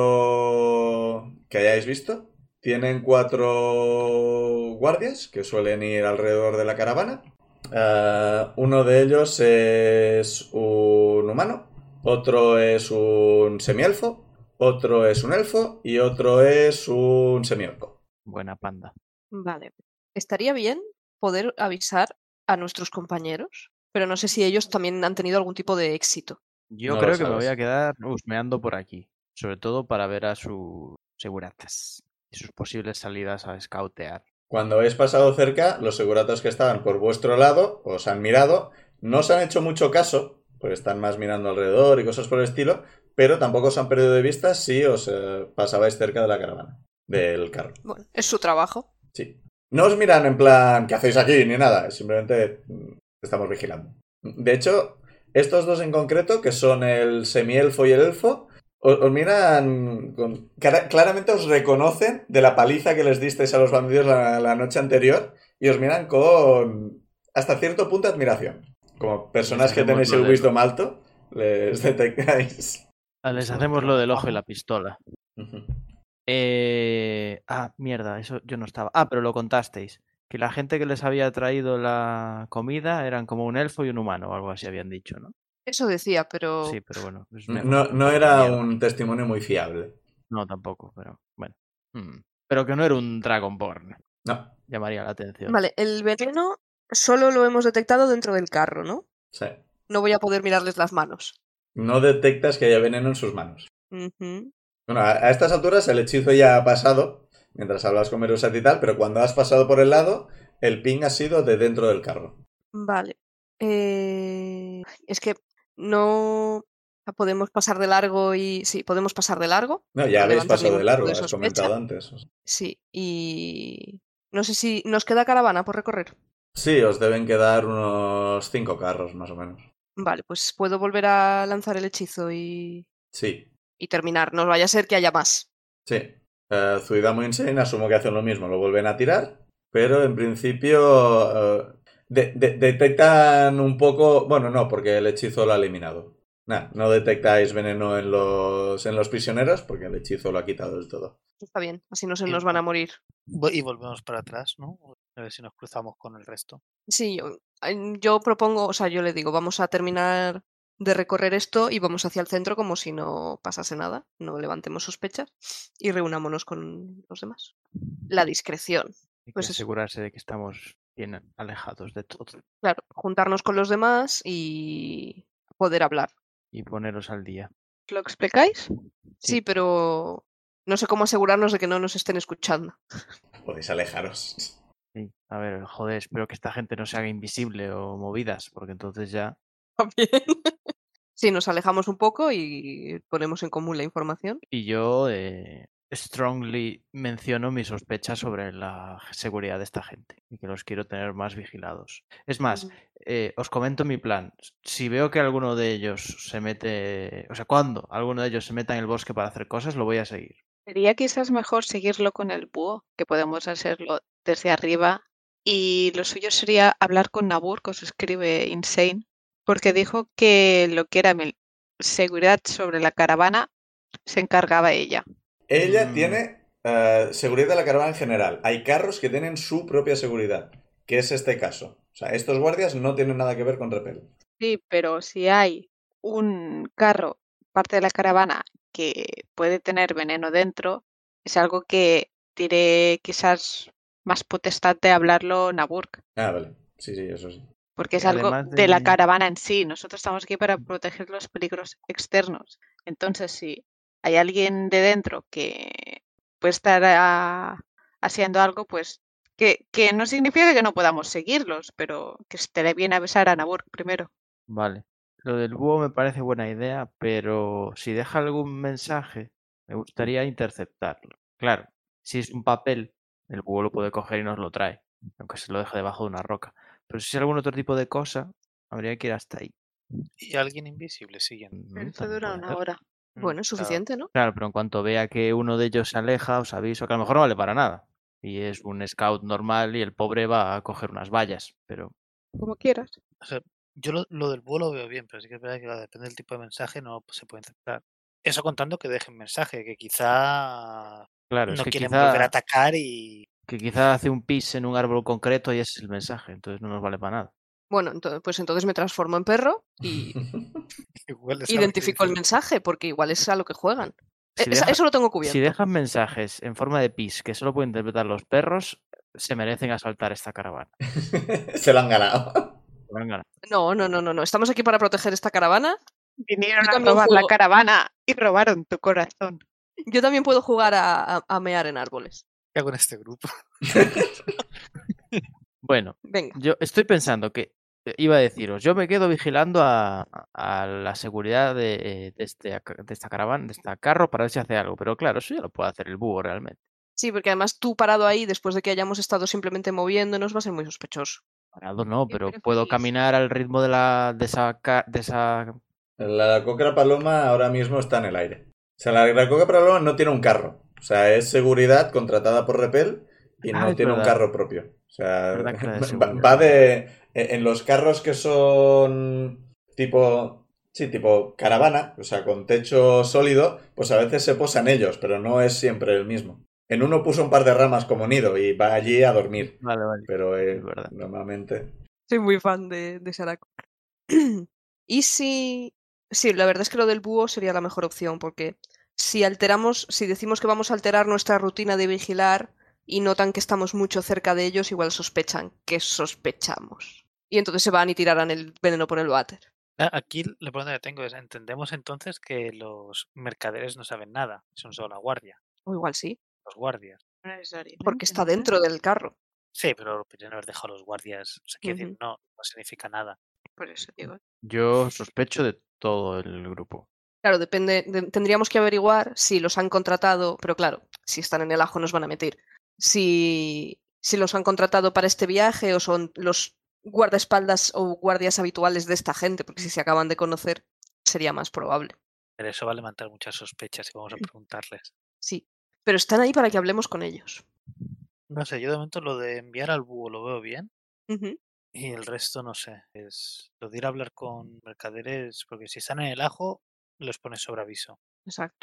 cuatro que hayáis visto. Tienen cuatro guardias que suelen ir alrededor de la caravana. Uh, uno de ellos es un humano, otro es un semielfo, otro es un elfo y otro es un semiorco. Buena panda. Vale. Estaría bien poder avisar a nuestros compañeros, pero no sé si ellos también han tenido algún tipo de éxito. Yo No creo lo que me voy sabes. a quedar husmeando por aquí. Sobre todo para ver a sus seguratas y sus posibles salidas a scoutear. Cuando habéis pasado cerca, los seguratas que estaban por vuestro lado os han mirado, no os han hecho mucho caso, porque están más mirando alrededor y cosas por el estilo, pero tampoco os han perdido de vista si os eh, pasabais cerca de la caravana, del carro. Bueno, es su trabajo. Sí. No os miran en plan, ¿qué hacéis aquí? Ni nada, simplemente mm, estamos vigilando. De hecho, estos dos en concreto, que son el semielfo y el elfo, os, os miran, con, claramente os reconocen de la paliza que les disteis a los bandidos la, la noche anterior y os miran con hasta cierto punto admiración. Como personas que tenéis el wisdom alto, les detectáis. Les hacemos lo del ojo y la pistola. Uh-huh. Eh... Ah, mierda, eso yo no estaba. Ah, pero lo contasteis. Que la gente que les había traído la comida eran como un elfo y un humano, o algo así habían dicho, ¿no? Eso decía, pero... Sí, pero bueno. Es no, no era un testimonio muy fiable. No, tampoco, pero bueno. Hmm. Pero que no era un Dragonborn. No. Llamaría la atención. Vale, el veneno solo lo hemos detectado dentro del carro, ¿no? Sí. No voy a poder mirarles las manos. No detectas que haya veneno en sus manos. Uh-huh. Bueno, a, a estas alturas el hechizo ya ha pasado, mientras hablas con Merusat y tal, pero cuando has pasado por el lado, el ping ha sido de dentro del carro. Vale. Eh... Es que no podemos pasar de largo y... Sí, podemos pasar de largo. No, ya no habéis pasado de largo, de has comentado antes. Sí, y... No sé si nos queda caravana por recorrer. Sí, os deben quedar unos cinco carros, más o menos. Vale, pues puedo volver a lanzar el hechizo y... Sí. Y terminar. No vaya a ser que haya más. Sí. Uh, Zuidamu y Insane asumo que hacen lo mismo, lo vuelven a tirar, pero en principio... Uh, de de detectan un poco... Bueno, no, porque el hechizo lo ha eliminado. Nah, no detectáis veneno en los, en los prisioneros porque el hechizo lo ha quitado del todo. Está bien, así no se nos van a morir. Y volvemos para atrás, ¿no? A ver si nos cruzamos con el resto. Sí, yo, yo propongo, o sea, yo le digo, vamos a terminar de recorrer esto y vamos hacia el centro como si no pasase nada, no levantemos sospechas y reunámonos con los demás. La discreción. Hay que pues asegurarse de que estamos bien alejados de todo. Claro, juntarnos con los demás y poder hablar. Y poneros al día. ¿Lo explicáis? Sí, sí, pero no sé cómo asegurarnos de que no nos estén escuchando. Podéis alejaros. Sí, a ver, joder, espero que esta gente no se haga invisible o movidas, porque entonces ya... Bien. Sí, nos alejamos un poco y ponemos en común la información. Y yo eh, strongly menciono mi sospecha sobre la seguridad de esta gente y que los quiero tener más vigilados. Es más, Mm. eh, os comento mi plan. Si veo que alguno de ellos se mete... O sea, cuando alguno de ellos se meta en el bosque para hacer cosas, lo voy a seguir. Sería quizás mejor seguirlo con el búho, que podemos hacerlo desde arriba. Y lo suyo sería hablar con Nabur, que os escribe Insane, porque dijo que lo que era mi seguridad sobre la caravana se encargaba ella. Ella Mm. tiene uh, seguridad de la caravana en general. Hay carros que tienen su propia seguridad, que es este caso. O sea, estos guardias no tienen nada que ver con Repel. Sí, pero si hay un carro, parte de la caravana, que puede tener veneno dentro, es algo que tiene quizás más potestad de hablarlo Naburk. Ah, vale. Sí, sí, eso sí. Porque es Y algo además de... de la de- caravana en sí. Nosotros estamos aquí para proteger los peligros externos. Entonces, si hay alguien de dentro que puede estar ah, haciendo algo, pues que, que no significa que no podamos seguirlos, pero que estaría bien avisar a Naburk primero. Vale. Lo del búho me parece buena idea, pero si deja algún mensaje, me gustaría interceptarlo. Claro, si es un papel, el búho lo puede coger y nos lo trae, aunque se lo deje debajo de una roca. Pero si es algún otro tipo de cosa, habría que ir hasta ahí. Y alguien invisible siguiendo. Mm, Pero esto también dura puede una ser. hora. Mm, Bueno, es claro. suficiente, ¿no? Claro, pero en cuanto vea que uno de ellos se aleja, os aviso que a lo mejor no vale para nada. Y es un scout normal y el pobre va a coger unas vallas, pero Como quieras. O sea, yo lo, lo del búho lo veo bien, pero sí que es verdad que claro, depende del tipo de mensaje, no se puede interpretar. Eso contando que dejen mensaje, que quizá claro, es no que quieren quizá, volver a atacar y que quizá hace un pis en un árbol concreto y ese es el mensaje, entonces no nos vale para nada. Bueno, entonces, pues entonces me transformo en perro y igual es algo que identifico el dicen. mensaje, porque igual es a lo que juegan. Si Esa- deja- Eso lo tengo cubierto. Si dejan mensajes en forma de pis que solo pueden interpretar los perros, se merecen asaltar esta caravana. Se lo han ganado. Venga, No, no, no, no, no. Estamos aquí para proteger esta caravana. Vinieron Yo a también robar puedo- la caravana y robaron tu corazón. Yo también puedo jugar a, a- a mear en árboles. ¿Qué hago en este grupo? Bueno, Venga. yo estoy pensando que eh, iba a deciros, yo me quedo vigilando a, a la seguridad de, de, este, de esta caravana, de este carro, para ver si hace algo. Pero claro, eso ya lo puede hacer el búho realmente. Sí, porque además tú parado ahí, después de que hayamos estado simplemente moviéndonos, va a ser muy sospechoso. Parado no, ¿Qué pero puedo preferís? caminar al ritmo de la de esa, ca- de esa... La Cocra Paloma ahora mismo está en el aire. O sea, la, la Cocra Paloma no tiene un carro. O sea, es seguridad contratada por Repel y Ah, no es tiene un verdad. carro propio. O sea, Verdad que era de va, seguridad, va vale, de... En los carros que son tipo... Sí, tipo caravana, o sea, con techo sólido, pues a veces se posan ellos, pero no es siempre el mismo. En uno puso un par de ramas como nido y va allí a dormir. Vale, vale. Pero eh, Es verdad. normalmente... Soy muy fan de, de Sarako. Y si... Sí, la verdad es que lo del búho sería la mejor opción, porque si alteramos, si decimos que vamos a alterar nuestra rutina de vigilar y notan que estamos mucho cerca de ellos, igual sospechan que sospechamos. Y entonces se van y tirarán el veneno por el váter. Ah, Aquí la pregunta que tengo es, entendemos entonces que los mercaderes no saben nada, son solo la guardia, O igual sí, los guardias. No necesariamente, porque está no sé. dentro del carro. Sí, pero podrían haber dejado a los guardias, o sea, quiero decir, Ujú. no, no significa nada. Por eso digo. Yo sospecho de todo el grupo. Claro, depende, de- tendríamos que averiguar si los han contratado, pero claro, si están en el ajo nos van a meter. Si, si los han contratado para este viaje o son los guardaespaldas o guardias habituales de esta gente, porque si se acaban de conocer sería más probable. Pero eso va a levantar muchas sospechas y vamos a preguntarles. Sí, pero están ahí para que hablemos con ellos. No sé, yo de momento lo de enviar al búho lo veo bien Ujú. y el resto no sé. Es lo de ir a hablar con mercaderes, porque si están en el ajo, los pones sobre aviso. Exacto.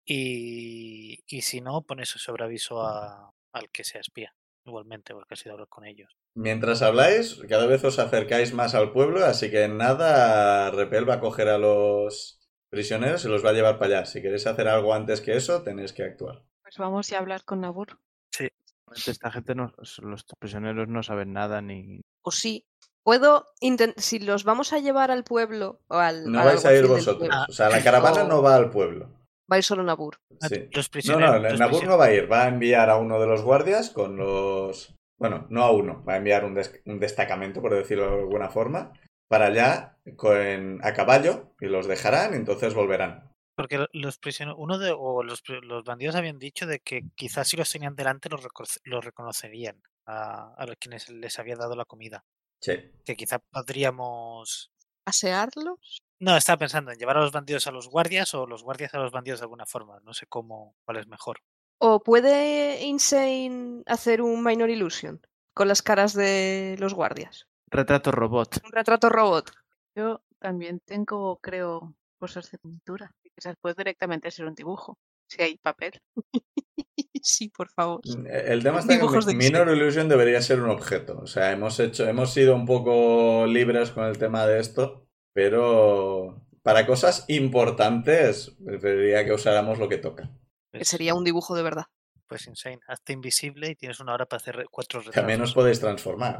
Y, y si no, pones sobre aviso a, al que sea espía, igualmente, porque has ido a hablar con ellos. Mientras habláis, cada vez os acercáis más al pueblo, así que en nada Repel va a coger a los prisioneros y los va a llevar para allá. Si queréis hacer algo antes que eso, tenéis que actuar. Pues vamos ya a hablar con Nabur. Esta gente, no, los prisioneros no saben nada ni... O sí, puedo intentar, si los vamos a llevar al pueblo o al, No al vais a ir alguacil del vosotros. pueblo, O sea, la caravana o no va al pueblo. va a ir solo Nabur. Ah, Sí. Los No, prisioneros. no, los Nabur prisioneros- no va a ir. Va a enviar a uno de los guardias con los... Bueno, no a uno. Va a enviar un, des- un destacamento, por decirlo de alguna forma, para allá con... a caballo y los dejarán y entonces volverán. Porque lo- los prisioneros, uno de, o los, pri- los bandidos habían dicho de que quizás si los tenían delante los, reconoce- los reconocerían a, a los quienes les había dado la comida. Sí. Que quizá podríamos... ¿Asearlos? No, estaba pensando en llevar a los bandidos a los guardias o los guardias a los bandidos de alguna forma. No sé cómo, cuál es mejor. ¿O puede Insane hacer un Minor Illusion con las caras de los guardias? Retrato robot. Un retrato robot. Yo también tengo, creo, cosas de pintura. Y quizás puede directamente ser un dibujo, si hay papel. Sí, por favor. El tema está Dibujos que de Minor Insane. Illusion debería ser un objeto. O sea, hemos hecho, hemos sido un poco libres con el tema de esto, pero para cosas importantes preferiría que usáramos lo que toca. Que Pues, sería un dibujo de verdad. pues Insane, hazte invisible y tienes una hora para hacer re- cuatro También os retratos. podéis transformar.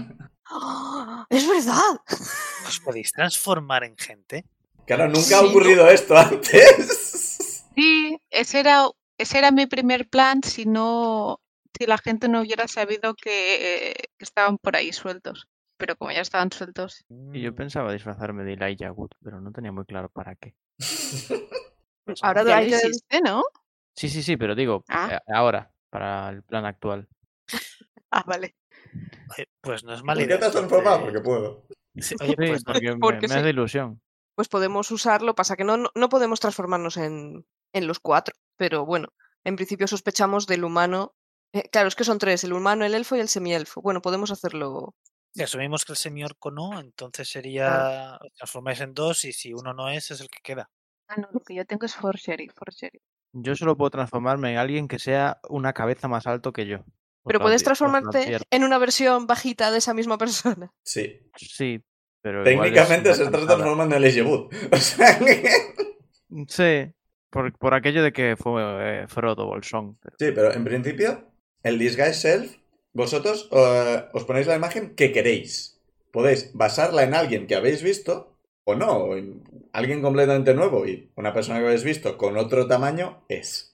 ¡Ah! ¡Es verdad! ¿Os podéis transformar en gente? Claro, nunca Sí, ha ¿no? ocurrido esto antes. Sí, ese era, ese era mi primer plan si no, si la gente no hubiera sabido que, que estaban por ahí sueltos. Pero como ya estaban sueltos, Y yo Mm, pensaba disfrazarme de Elijah Wood, pero no tenía muy claro para qué. pues Ahora no. ya lo hay que... hiciste, ¿no? Sí, sí, sí, pero digo, Ah. eh, ahora, para el plan actual. Ah, vale. Oye, pues no es mala ¿Por qué idea. te has transformado? entonces. Porque puedo. Sí, oye, Sí, pues no- porque me, porque me sí. hace ilusión. Pues podemos usarlo. Pasa que no, no, no podemos transformarnos en, en los cuatro. Pero bueno, en principio sospechamos del humano. Eh, claro, es que son tres, el humano, el elfo y el semielfo. Bueno, podemos hacerlo. si asumimos que el semiorco no, entonces sería os transformáis en dos y si uno no es, es el que queda. Ah, no, lo que yo tengo es forgery, forgery. Yo solo puedo transformarme en alguien que sea una cabeza más alto que yo. Pero Os lo puedes advi- os lo transformarte advierto. en una versión bajita de esa misma persona. Sí. Sí, pero igual es Técnicamente una se está cansada. transformando en Elijah Wood. O sea que... Sí, por, por aquello de que fue eh, Frodo Bolsón. Pero... Sí, pero en principio, el Disguise Self, vosotros eh, os ponéis la imagen que queréis. Podéis basarla en alguien que habéis visto o no, o en alguien completamente nuevo y una persona que habéis visto con otro tamaño es.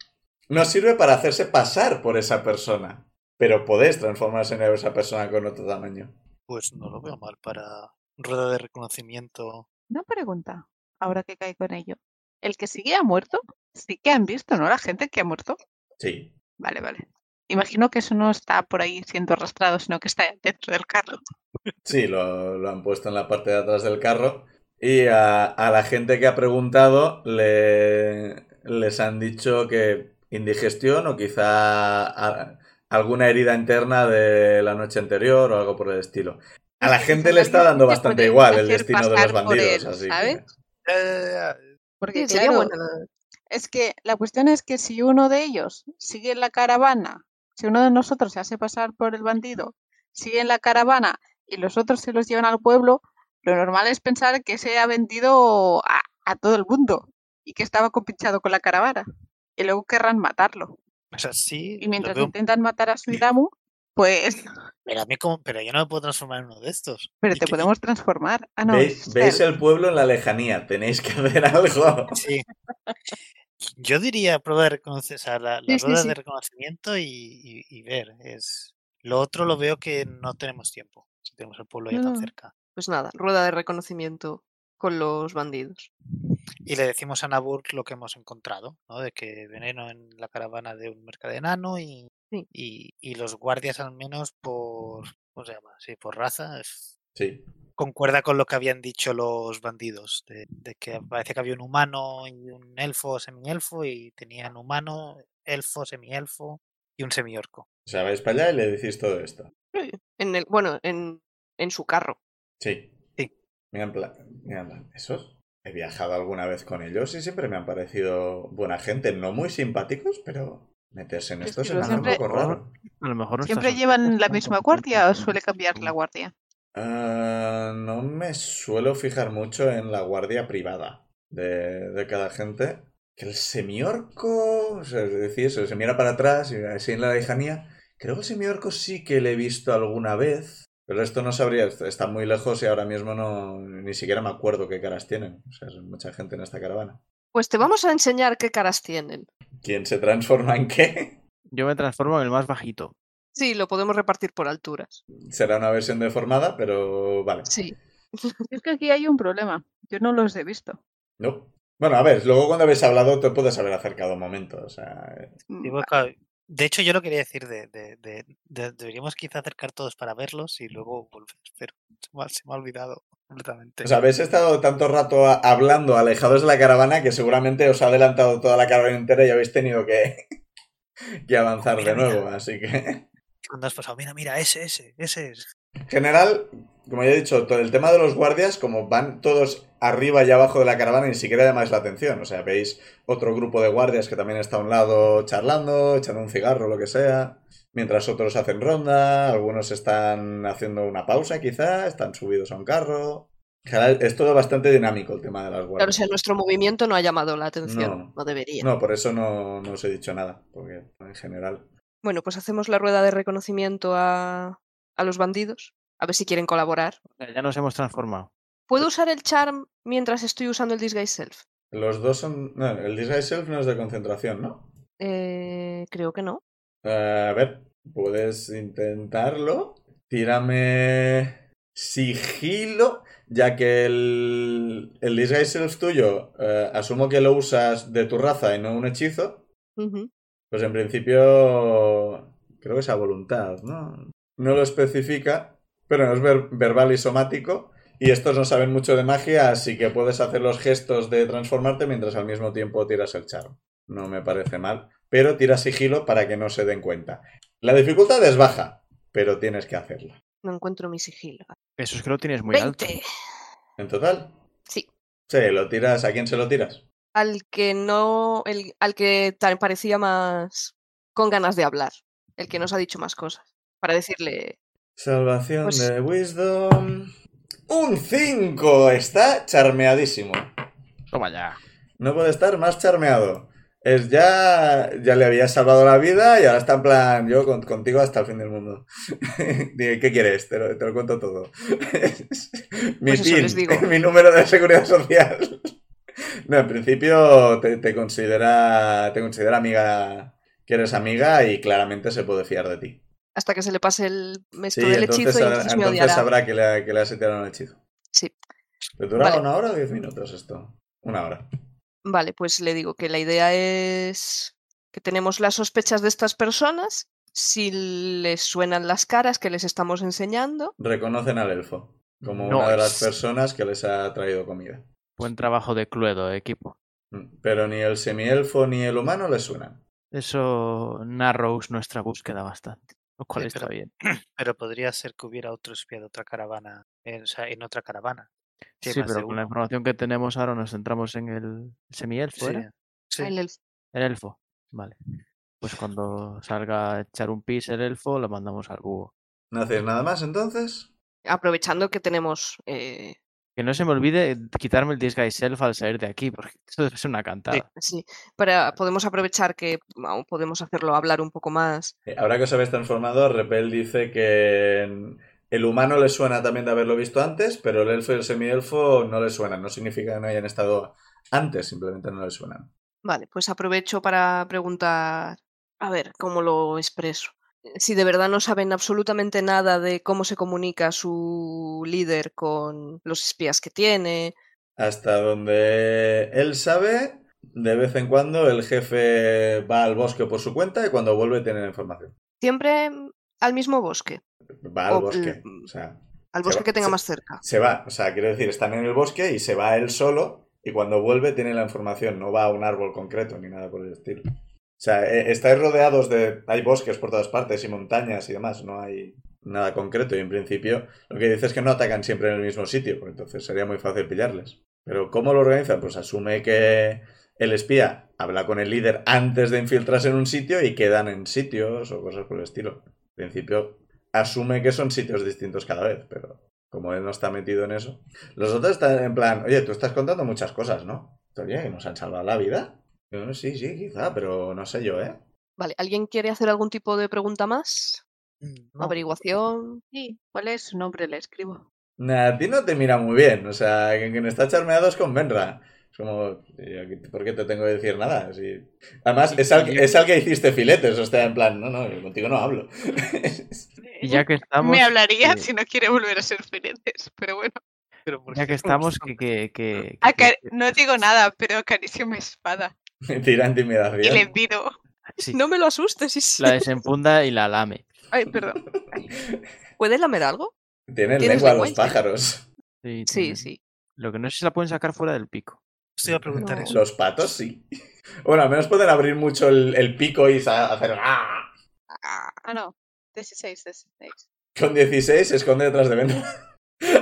no sirve para hacerse pasar por esa persona. Pero podés transformarse en esa persona con otro tamaño. Pues no lo veo mal para rueda de reconocimiento. Una pregunta, ahora que caigo en ello. ¿El que sigue ha muerto? Sí que han visto, ¿no? La gente que ha muerto. Sí. Vale, vale. Imagino que eso no está por ahí siendo arrastrado, sino que está dentro del carro. Sí, lo, lo han puesto en la parte de atrás del carro. Y a, a la gente que ha preguntado le, les han dicho que indigestión o quizá a, alguna herida interna de la noche anterior o algo por el estilo. A la gente le está dando bastante igual el destino de los bandidos, así ¿sabes? que... Eh, Porque Sí, sería claro, buena la- es que la cuestión es que si uno de ellos sigue en la caravana, si uno de nosotros se hace pasar por el bandido, sigue en la caravana y los otros se los llevan al pueblo, lo normal es pensar que se ha vendido a, a todo el mundo y que estaba compinchado con la caravana. Y luego querrán matarlo. o sea, sí, Y lo mientras veo, intentan matar a Suidamu, pues... pero a mí como, pero yo no me puedo transformar en uno de estos. Pero Y te que- podemos transformar. Ah, no, ¿Veis, es veis Cell. el pueblo en la lejanía? Tenéis que hacer algo. Sí. Yo diría prueba de reconocer, o sea, la, la Sí, sí, rueda sí. de reconocimiento y, y- y ver. Es lo otro lo veo que no tenemos tiempo. Si tenemos el pueblo ya No, tan no. cerca. Pues nada, rueda de reconocimiento con los bandidos. Y le decimos a Nabur lo que hemos encontrado, ¿no? De que veneno en la caravana de un mercado enano y, Sí. y, y los guardias al menos por, ¿cómo se llama? Sí, por raza. es- Sí. Concuerda con lo que habían dicho los bandidos, de, de que parece que había un humano y un elfo, semielfo, y tenían humano, elfo, semielfo y un semiorco. O sea, vais para allá y le decís todo esto. Sí. En el, bueno, en, en su carro. Sí. Sí. Mira, en plan, mira, en plan, ¿esos? He viajado alguna vez con ellos y siempre me han parecido buena gente, no muy simpáticos, pero meterse en Es esto que se lo me hace un siempre- poco raro. A lo mejor no ¿Siempre está llevan la soltero, misma tampoco. guardia o suele cambiar la guardia? Ah, no me suelo fijar mucho en la guardia privada de, de cada gente. Que el semiorco, o sea, es decir, eso, se mira para atrás y así en la lejanía. Creo que el semiorco sí que le he visto alguna vez. Pero esto no sabría, está muy lejos y ahora mismo no ni siquiera me acuerdo qué caras tienen. O sea, es mucha gente en esta caravana. Pues te vamos a enseñar qué caras tienen. ¿Quién se transforma en qué? Yo me transformo en el más bajito. Sí, lo podemos repartir por alturas. Será una versión deformada, pero vale. Sí. Es que aquí hay un problema. Yo no los he visto. No. Bueno, a ver, luego cuando habéis hablado te puedes haber acercado un momento. O sea, eh, Y Mm, bueno, claro, de hecho, yo lo quería decir de, de- de- de- deberíamos quizá acercar todos para verlos y luego volver, pero se me ha, se me ha olvidado completamente. o sea, habéis estado tanto rato a- hablando alejados de la caravana que seguramente os ha adelantado toda la caravana entera y habéis tenido que, que avanzar Mira, de nuevo. mira. Así que, Cuando has pasado, mira, mira, ese, ese, ese es. en general, como ya he dicho, todo el tema de los guardias, como van todos arriba y abajo de la caravana, ni siquiera llamáis la atención. O sea, veis otro grupo de guardias que también está a un lado charlando, echando un cigarro, lo que sea. Mientras otros hacen ronda, algunos están haciendo una pausa quizá, están subidos a un carro. En general, es todo bastante dinámico el tema de las Claro, o guardias. sea, nuestro movimiento no ha llamado la atención. No. No, debería. No, por eso no, no os he dicho nada, porque en general... Bueno, pues hacemos la rueda de reconocimiento a, a los bandidos. A ver si quieren colaborar. Ya nos hemos transformado. ¿Puedo usar el charm mientras estoy usando el disguise self? Los dos son... No, el Disguise Self no es de concentración, ¿no? Eh, creo que no. Eh, a ver, puedes intentarlo. Tírame sigilo, ya que el, el Disguise Self tuyo, eh, asumo que lo usas de tu raza y no un hechizo. Ujú. Pues en principio creo que es a voluntad, ¿no? No lo especifica, pero no es ver- verbal y somático. Y estos no saben mucho de magia, así que puedes hacer los gestos de transformarte mientras al mismo tiempo tiras el charm. No me parece mal. Pero tira sigilo para que no se den cuenta. La dificultad es baja, pero tienes que hacerla. No encuentro mi sigilo. Eso es que lo tienes muy alto. veinte. ¿En total? Sí. Sí, lo tiras. ¿A quién se lo tiras? Al que no. El, al que tan parecía más con ganas de hablar. El que nos ha dicho más cosas. Para decirle. Salvación Pues- de Wisdom. ¡Un cinco! Está charmeadísimo. Toma ya. No puede estar más charmeado. Es ya. Ya le había salvado la vida y ahora está en plan. Yo con- contigo hasta el fin del mundo. Dime, ¿qué quieres? Te lo, te lo cuento todo. Mi Pues eso PIN, les digo. mi número de seguridad social. No, en principio te, te considera. Te considera amiga. que eres amiga y claramente se puede fiar de ti. Hasta que se le pase el esto Sí, del entonces, hechizo y a- entonces me entonces odiará. sabrá que le, que le has tirado un hechizo. Sí. ¿Te dura Vale. una hora o diez minutos esto? Una hora. Vale, pues le digo que la idea es que tenemos las sospechas de estas personas, si les suenan las caras que les estamos enseñando. Reconocen al elfo como una de las Nice. personas que les ha traído comida. Buen trabajo de Cluedo, equipo. Mm, Pero ni el semielfo ni el humano les suenan. Eso narrows nuestra búsqueda bastante, lo cual Sí, está pero- bien. Pero podría ser que hubiera otro espía de otra caravana, en, o sea, en otra caravana. Sí, Sí, más de pero con la uno. información que tenemos ahora nos centramos en el semielfo, Sí, ¿era? sí. El elfo. El elfo. Vale. Pues cuando salga a echar un pis el elfo, lo mandamos al búho. ¿No hacéis nada más entonces? Aprovechando que tenemos... eh, Que no se me olvide quitarme el disguise self al salir de aquí, porque esto es una cantada. sí, para, podemos aprovechar que aún podemos hacerlo hablar un poco más. Eh, Ahora que os habéis transformado, Repel dice que el humano le suena también de haberlo visto antes, pero el elfo y el semielfo no le suenan. No significa que no hayan estado antes, simplemente no le suenan. Vale, pues aprovecho para preguntar, a ver, ¿cómo lo expreso? Si de verdad no saben absolutamente nada de cómo se comunica su líder con los espías que tiene. Hasta donde él sabe, de vez en cuando el jefe va al bosque por su cuenta y cuando vuelve tiene la información. Siempre al mismo bosque, Va al O, bosque. mm, O sea, al Se bosque va- que tenga se- más cerca. se va. O sea, quiero decir, están en el bosque y se va él solo y cuando vuelve tiene la información. No va a un árbol concreto ni nada por el estilo. O sea, eh, estáis rodeados de... Hay bosques por todas partes y montañas y demás. No hay nada concreto y en principio lo que dice es que no atacan siempre en el mismo sitio, porque entonces sería muy fácil pillarles. Pero ¿cómo lo organizan? Pues asume que el espía habla con el líder antes de infiltrarse en un sitio y quedan en sitios o cosas por el estilo. En principio asume que son sitios distintos cada vez, pero como él no está metido en eso. Los otros están en plan, oye, tú estás contando muchas cosas, ¿no? Oye, que nos han salvado la vida. Yo, sí, sí, quizá, pero no sé yo, ¿eh? Vale, ¿alguien quiere hacer algún tipo de pregunta más? Mm, no. Averiguación. Sí, ¿cuál es su nombre? Le escribo. Nah, a ti no te mira muy bien, o sea, que quien está charmeado es con Benra. Es como, ¿por qué te tengo que decir nada? Si... Además, es al, es al que hiciste filetes, o sea, en plan, no, no, yo contigo no hablo. Y ya que estamos... Me hablaría que- si no quiere volver a ser filetes, pero bueno. Pero ¿por Ya qué que no estamos, son- que... que, que, que- Acar- que- no digo nada, pero acaricio mi espada Tira y le intimidación. pido. sí, No me lo asustes. Sí, sí. la desempunda y la lame. Ay, perdón. Ay. ¿Puedes lamer algo? Tienen ¿Tienes lengua lengua los en serio? pájaros. Sí, Sí, tiene- sí. Lo que no sé si la pueden sacar fuera del pico. Te iba a preguntar No. eso. Los patos sí. Bueno, al menos pueden abrir mucho el, el pico y sa- hacer... ¡ah! Ah, no. dieciséis, dieciséis. Con dieciséis se esconde detrás de Benra.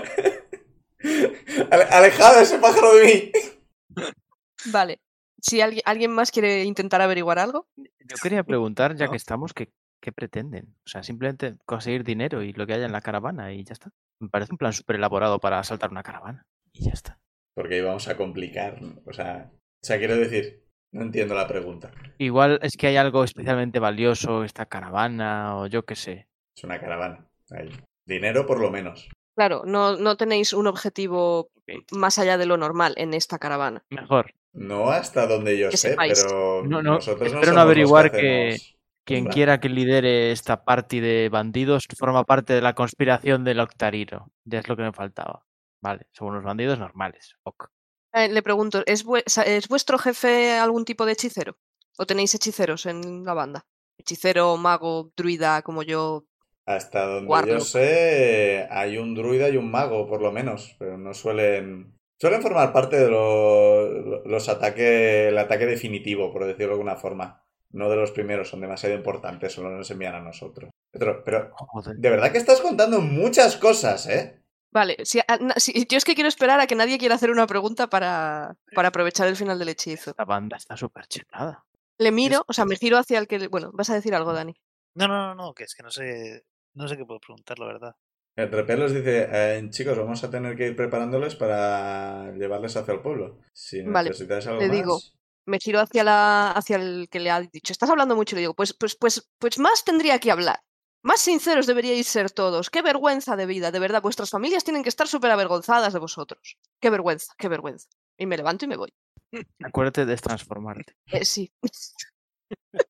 Ale- ¡Alejad a ese pájaro de mí! Vale. Si alguien, alguien más quiere intentar averiguar algo. Yo quería preguntar, ya No. que estamos, ¿qué, qué pretenden? O sea, simplemente conseguir dinero y lo que haya en la caravana y ya está. Me parece un plan súper elaborado para asaltar una caravana. Y ya está. Porque íbamos a complicar, ¿no? O sea, o sea, quiero decir, no entiendo la pregunta. Igual es que hay algo especialmente valioso, esta caravana o yo qué sé. Es una caravana. Hay dinero por lo menos. Claro, no, no tenéis un objetivo más allá de lo normal en esta caravana. Mejor. No hasta donde yo Que sé, sepáis. pero No, no, nosotros no espero somos no averiguar los que, que hacemos- Quien Ostras. quiera que lidere esta party de bandidos forma parte de la conspiración del Octarino. Ya es lo que me faltaba. Vale, son unos bandidos normales. Ok. Eh, le pregunto, ¿es, vue- sa- ¿es vuestro jefe algún tipo de hechicero? ¿O tenéis hechiceros en la banda? Hechicero, mago, druida, como yo. Hasta donde Warlock. yo sé, hay un druida y un mago, por lo menos, pero no suelen... Suelen formar parte de lo- los ataques, el ataque definitivo, por decirlo de alguna forma. No de los primeros, son demasiado importantes, solo nos envían a nosotros. Pero, pero Joder. de verdad que estás contando muchas cosas, ¿eh? Vale, si, a- na- si- yo es que quiero esperar a que nadie quiera hacer una pregunta para, para aprovechar el final del hechizo. La banda está súper chetada. Le miro, o sea, me giro hacia el que... le- Bueno, vas a decir algo, Dani. No, no, no, no, que es que no sé, no sé qué puedo preguntar, la verdad. El Repel les dice, eh, chicos, vamos a tener que ir preparándoles para llevarles hacia el pueblo. Si Vale, necesitáis algo le más... digo. Me giro hacia, la, hacia el que le ha dicho, estás hablando mucho, y le digo, pues, pues, pues, pues más tendría que hablar. Más sinceros deberíais ser todos. Qué vergüenza de vida, de verdad. Vuestras familias tienen que estar súper avergonzadas de vosotros. Qué vergüenza, qué vergüenza. Y me levanto y me voy. Acuérdate de transformarte. Eh, sí.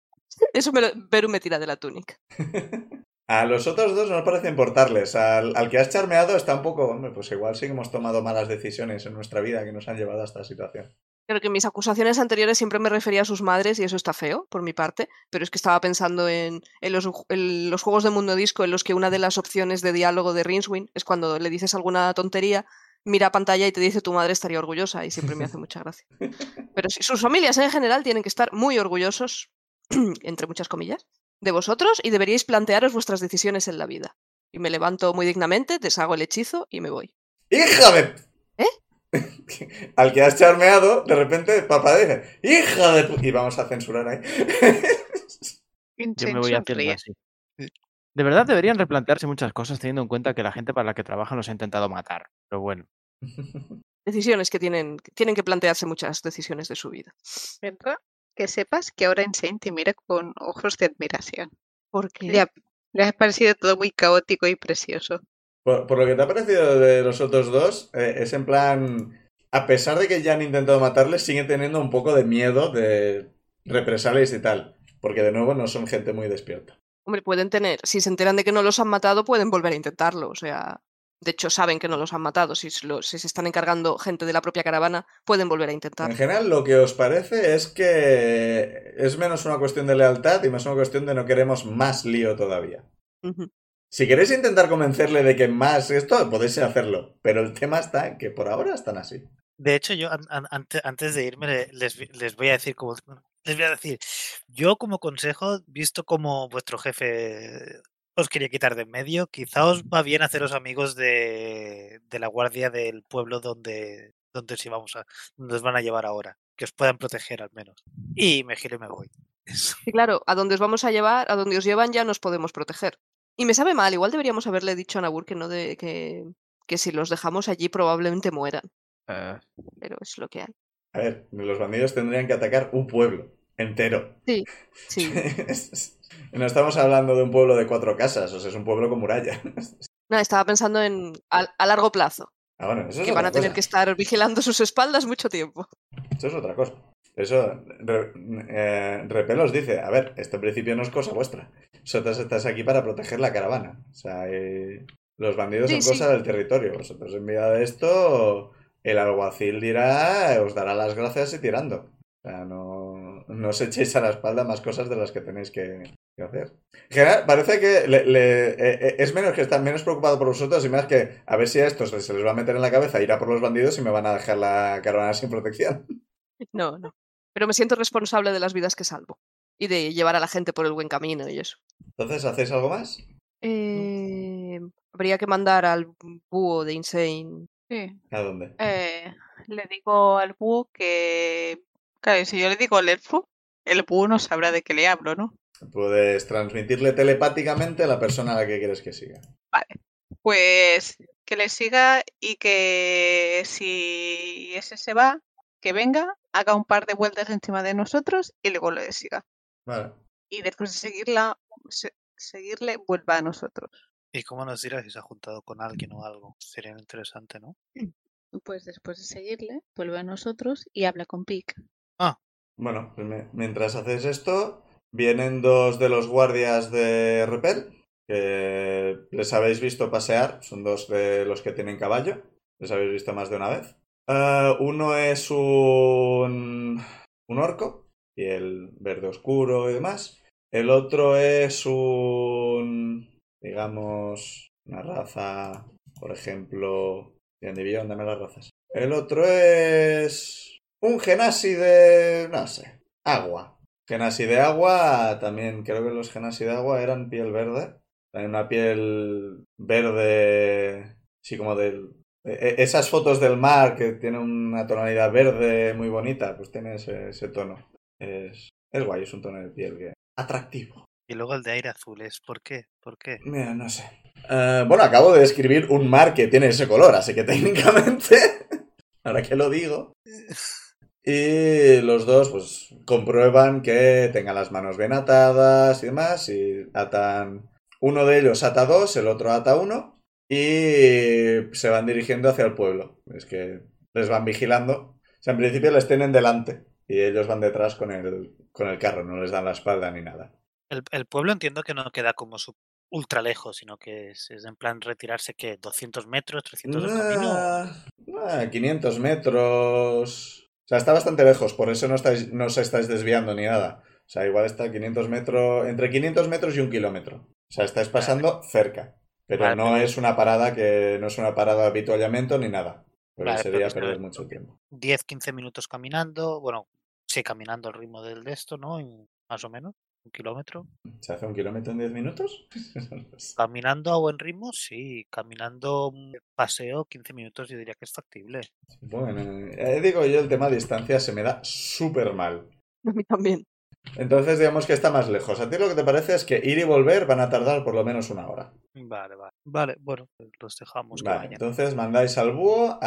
Eso me lo, Beru me tira de la túnica. A los otros dos no nos parece importarles. Al, al que has charmeado está un poco... Hombre, pues igual sí que hemos tomado malas decisiones en nuestra vida que nos han llevado a esta situación. Creo que en mis acusaciones anteriores siempre me refería a sus madres y eso está feo, por mi parte, pero es que estaba pensando en, en, los, en los juegos de Mundo Disco en los que una de las opciones de diálogo de Rincewind es cuando le dices alguna tontería, mira a pantalla y te dice tu madre estaría orgullosa y siempre me hace mucha gracia. Pero sí, sus familias en general tienen que estar muy orgullosos, entre muchas comillas, de vosotros y deberíais plantearos vuestras decisiones en la vida. Y me levanto muy dignamente, deshago el hechizo y me voy. ¡Hija de...! ¿Eh? Al que has charmeado, de repente papá dice ¡hija de...! Y vamos a censurar ahí. Yo me voy haciendo así. De verdad deberían replantearse muchas cosas teniendo en cuenta que la gente para la que trabajan los ha intentado matar. Pero bueno. Decisiones que tienen, tienen que plantearse muchas decisiones de su vida. ¿Verdad? Que sepas que ahora Insane te mira con ojos de admiración. Porque Le ha, le ha parecido todo muy caótico y precioso. Por, por lo que te ha parecido de los otros dos, eh, es en plan... A pesar de que ya han intentado matarles, siguen teniendo un poco de miedo de represalias y tal. Porque de nuevo no son gente muy despierta. Hombre, pueden tener, si se enteran de que no los han matado, pueden volver a intentarlo. O sea, de hecho saben que no los han matado. Si, lo, si se están encargando gente de la propia caravana, pueden volver a intentarlo. En general, lo que os parece es que es menos una cuestión de lealtad y más una cuestión de no queremos más lío todavía. Uh-huh. Si queréis intentar convencerle de que más esto, podéis hacerlo. Pero el tema está en que por ahora están así. De hecho, yo an an antes, antes de irme les, les voy a decir como les voy a decir, yo como consejo, visto como vuestro jefe os quería quitar de en medio, quizá os va bien haceros amigos de, de la guardia del pueblo donde, donde os íbamos a, donde os van a llevar ahora, que os puedan proteger al menos. Y me giro y me voy. Y claro, a donde os vamos a llevar, a donde os llevan ya nos podemos proteger. Y me sabe mal, igual deberíamos haberle dicho a Nabur que no de que, que si los dejamos allí probablemente mueran. Uh... Pero es lo que hay. A ver, los bandidos tendrían que atacar un pueblo entero. Sí, sí. No estamos hablando de un pueblo de cuatro casas, o sea, es un pueblo con muralla. No, estaba pensando en a, a largo plazo. Ah, bueno, eso es que otra van a tener cosa. que estar vigilando sus espaldas mucho tiempo. Eso es otra cosa. Eso, re, eh, Repelos dice, a ver, esto en principio no es cosa vuestra. Vosotros estás aquí para proteger la caravana. O sea, eh, los bandidos Sí, son sí. cosa del territorio. Vosotros enviad esto, el alguacil dirá, os dará las gracias y tirando. O sea, no, no os echéis a la espalda más cosas de las que tenéis que, que hacer. En general, parece que le, le, eh, es menos que estar menos preocupado por vosotros y más que a ver si a estos se les va a meter en la cabeza ir a por los bandidos y me van a dejar la caravana sin protección. No, no. Pero me siento responsable de las vidas que salvo. Y de llevar a la gente por el buen camino y eso. Entonces, ¿hacéis algo más? Eh, habría que mandar al búho de Insane. Sí. ¿A dónde? Eh, le digo al búho que... Claro, si yo le digo al elfo, el búho no sabrá de qué le hablo, ¿no? Puedes transmitirle telepáticamente a la persona a la que quieres que siga. Vale. Pues que le siga y que si ese se va, que venga, haga un par de vueltas encima de nosotros y luego le siga. Vale. Y después de seguirla, se, seguirle, vuelva a nosotros. ¿Y cómo nos dirá si se ha juntado con alguien o algo? Sería interesante, ¿no? Pues después de seguirle, vuelve a nosotros y habla con Pic. Ah. Bueno, pues me, mientras haces esto, vienen dos de los guardias de Repel, que les habéis visto pasear, son dos de los que tienen caballo, les habéis visto más de una vez. Uh, uno es un, un orco, y el verde oscuro y demás. El otro es un, digamos, una raza, por ejemplo... Bien, dame las razas. El otro es un genasi de... no sé, agua. Genasi de agua, también creo que los genasi de agua eran piel verde. También una piel verde, sí, como del... Esas fotos del mar que tienen una tonalidad verde muy bonita, pues tiene ese, ese tono. Es, es guay, es un tono de piel que... atractivo. Y luego el de aire azul es, ¿por qué? ¿Por qué? Mira, no sé. Uh, bueno, acabo de describir un mar que tiene ese color, así que técnicamente, ahora que lo digo... Y los dos, pues, comprueban que tengan las manos bien atadas y demás, y atan... Uno de ellos ata dos, el otro ata uno, y se van dirigiendo hacia el pueblo. Es que les van vigilando. O sea, en principio les tienen delante, y ellos van detrás con el, con el carro, no les dan la espalda ni nada. El, el pueblo entiendo que no queda como su ultra lejos, sino que es, es en plan retirarse, ¿qué? ¿doscientos metros, trescientos del camino? Nah, nah, quinientos metros... O sea, está bastante lejos, por eso no, estáis, no os estáis desviando ni nada. O sea, igual está quinientos metros, entre quinientos metros y un kilómetro. O sea, estáis pasando cerca. Pero Vale, no pero- es una parada que no es una parada de avituallamiento ni nada. Porque Vale, pero sería que perder está- mucho tiempo. diez, quince minutos caminando, bueno, sí, caminando al ritmo del de esto, ¿no? En- más o menos, un kilómetro. ¿Se hace un kilómetro en diez minutos? Caminando a buen ritmo, sí. Caminando un paseo, quince minutos, yo diría que es factible. Bueno, eh, digo yo, el tema de distancia se me da súper mal. A mí también. Entonces digamos que está más lejos. A ti lo que te parece es que ir y volver van a tardar por lo menos una hora. Vale, vale. Vale, bueno, pues los dejamos que Vale, vayan. entonces mandáis al búho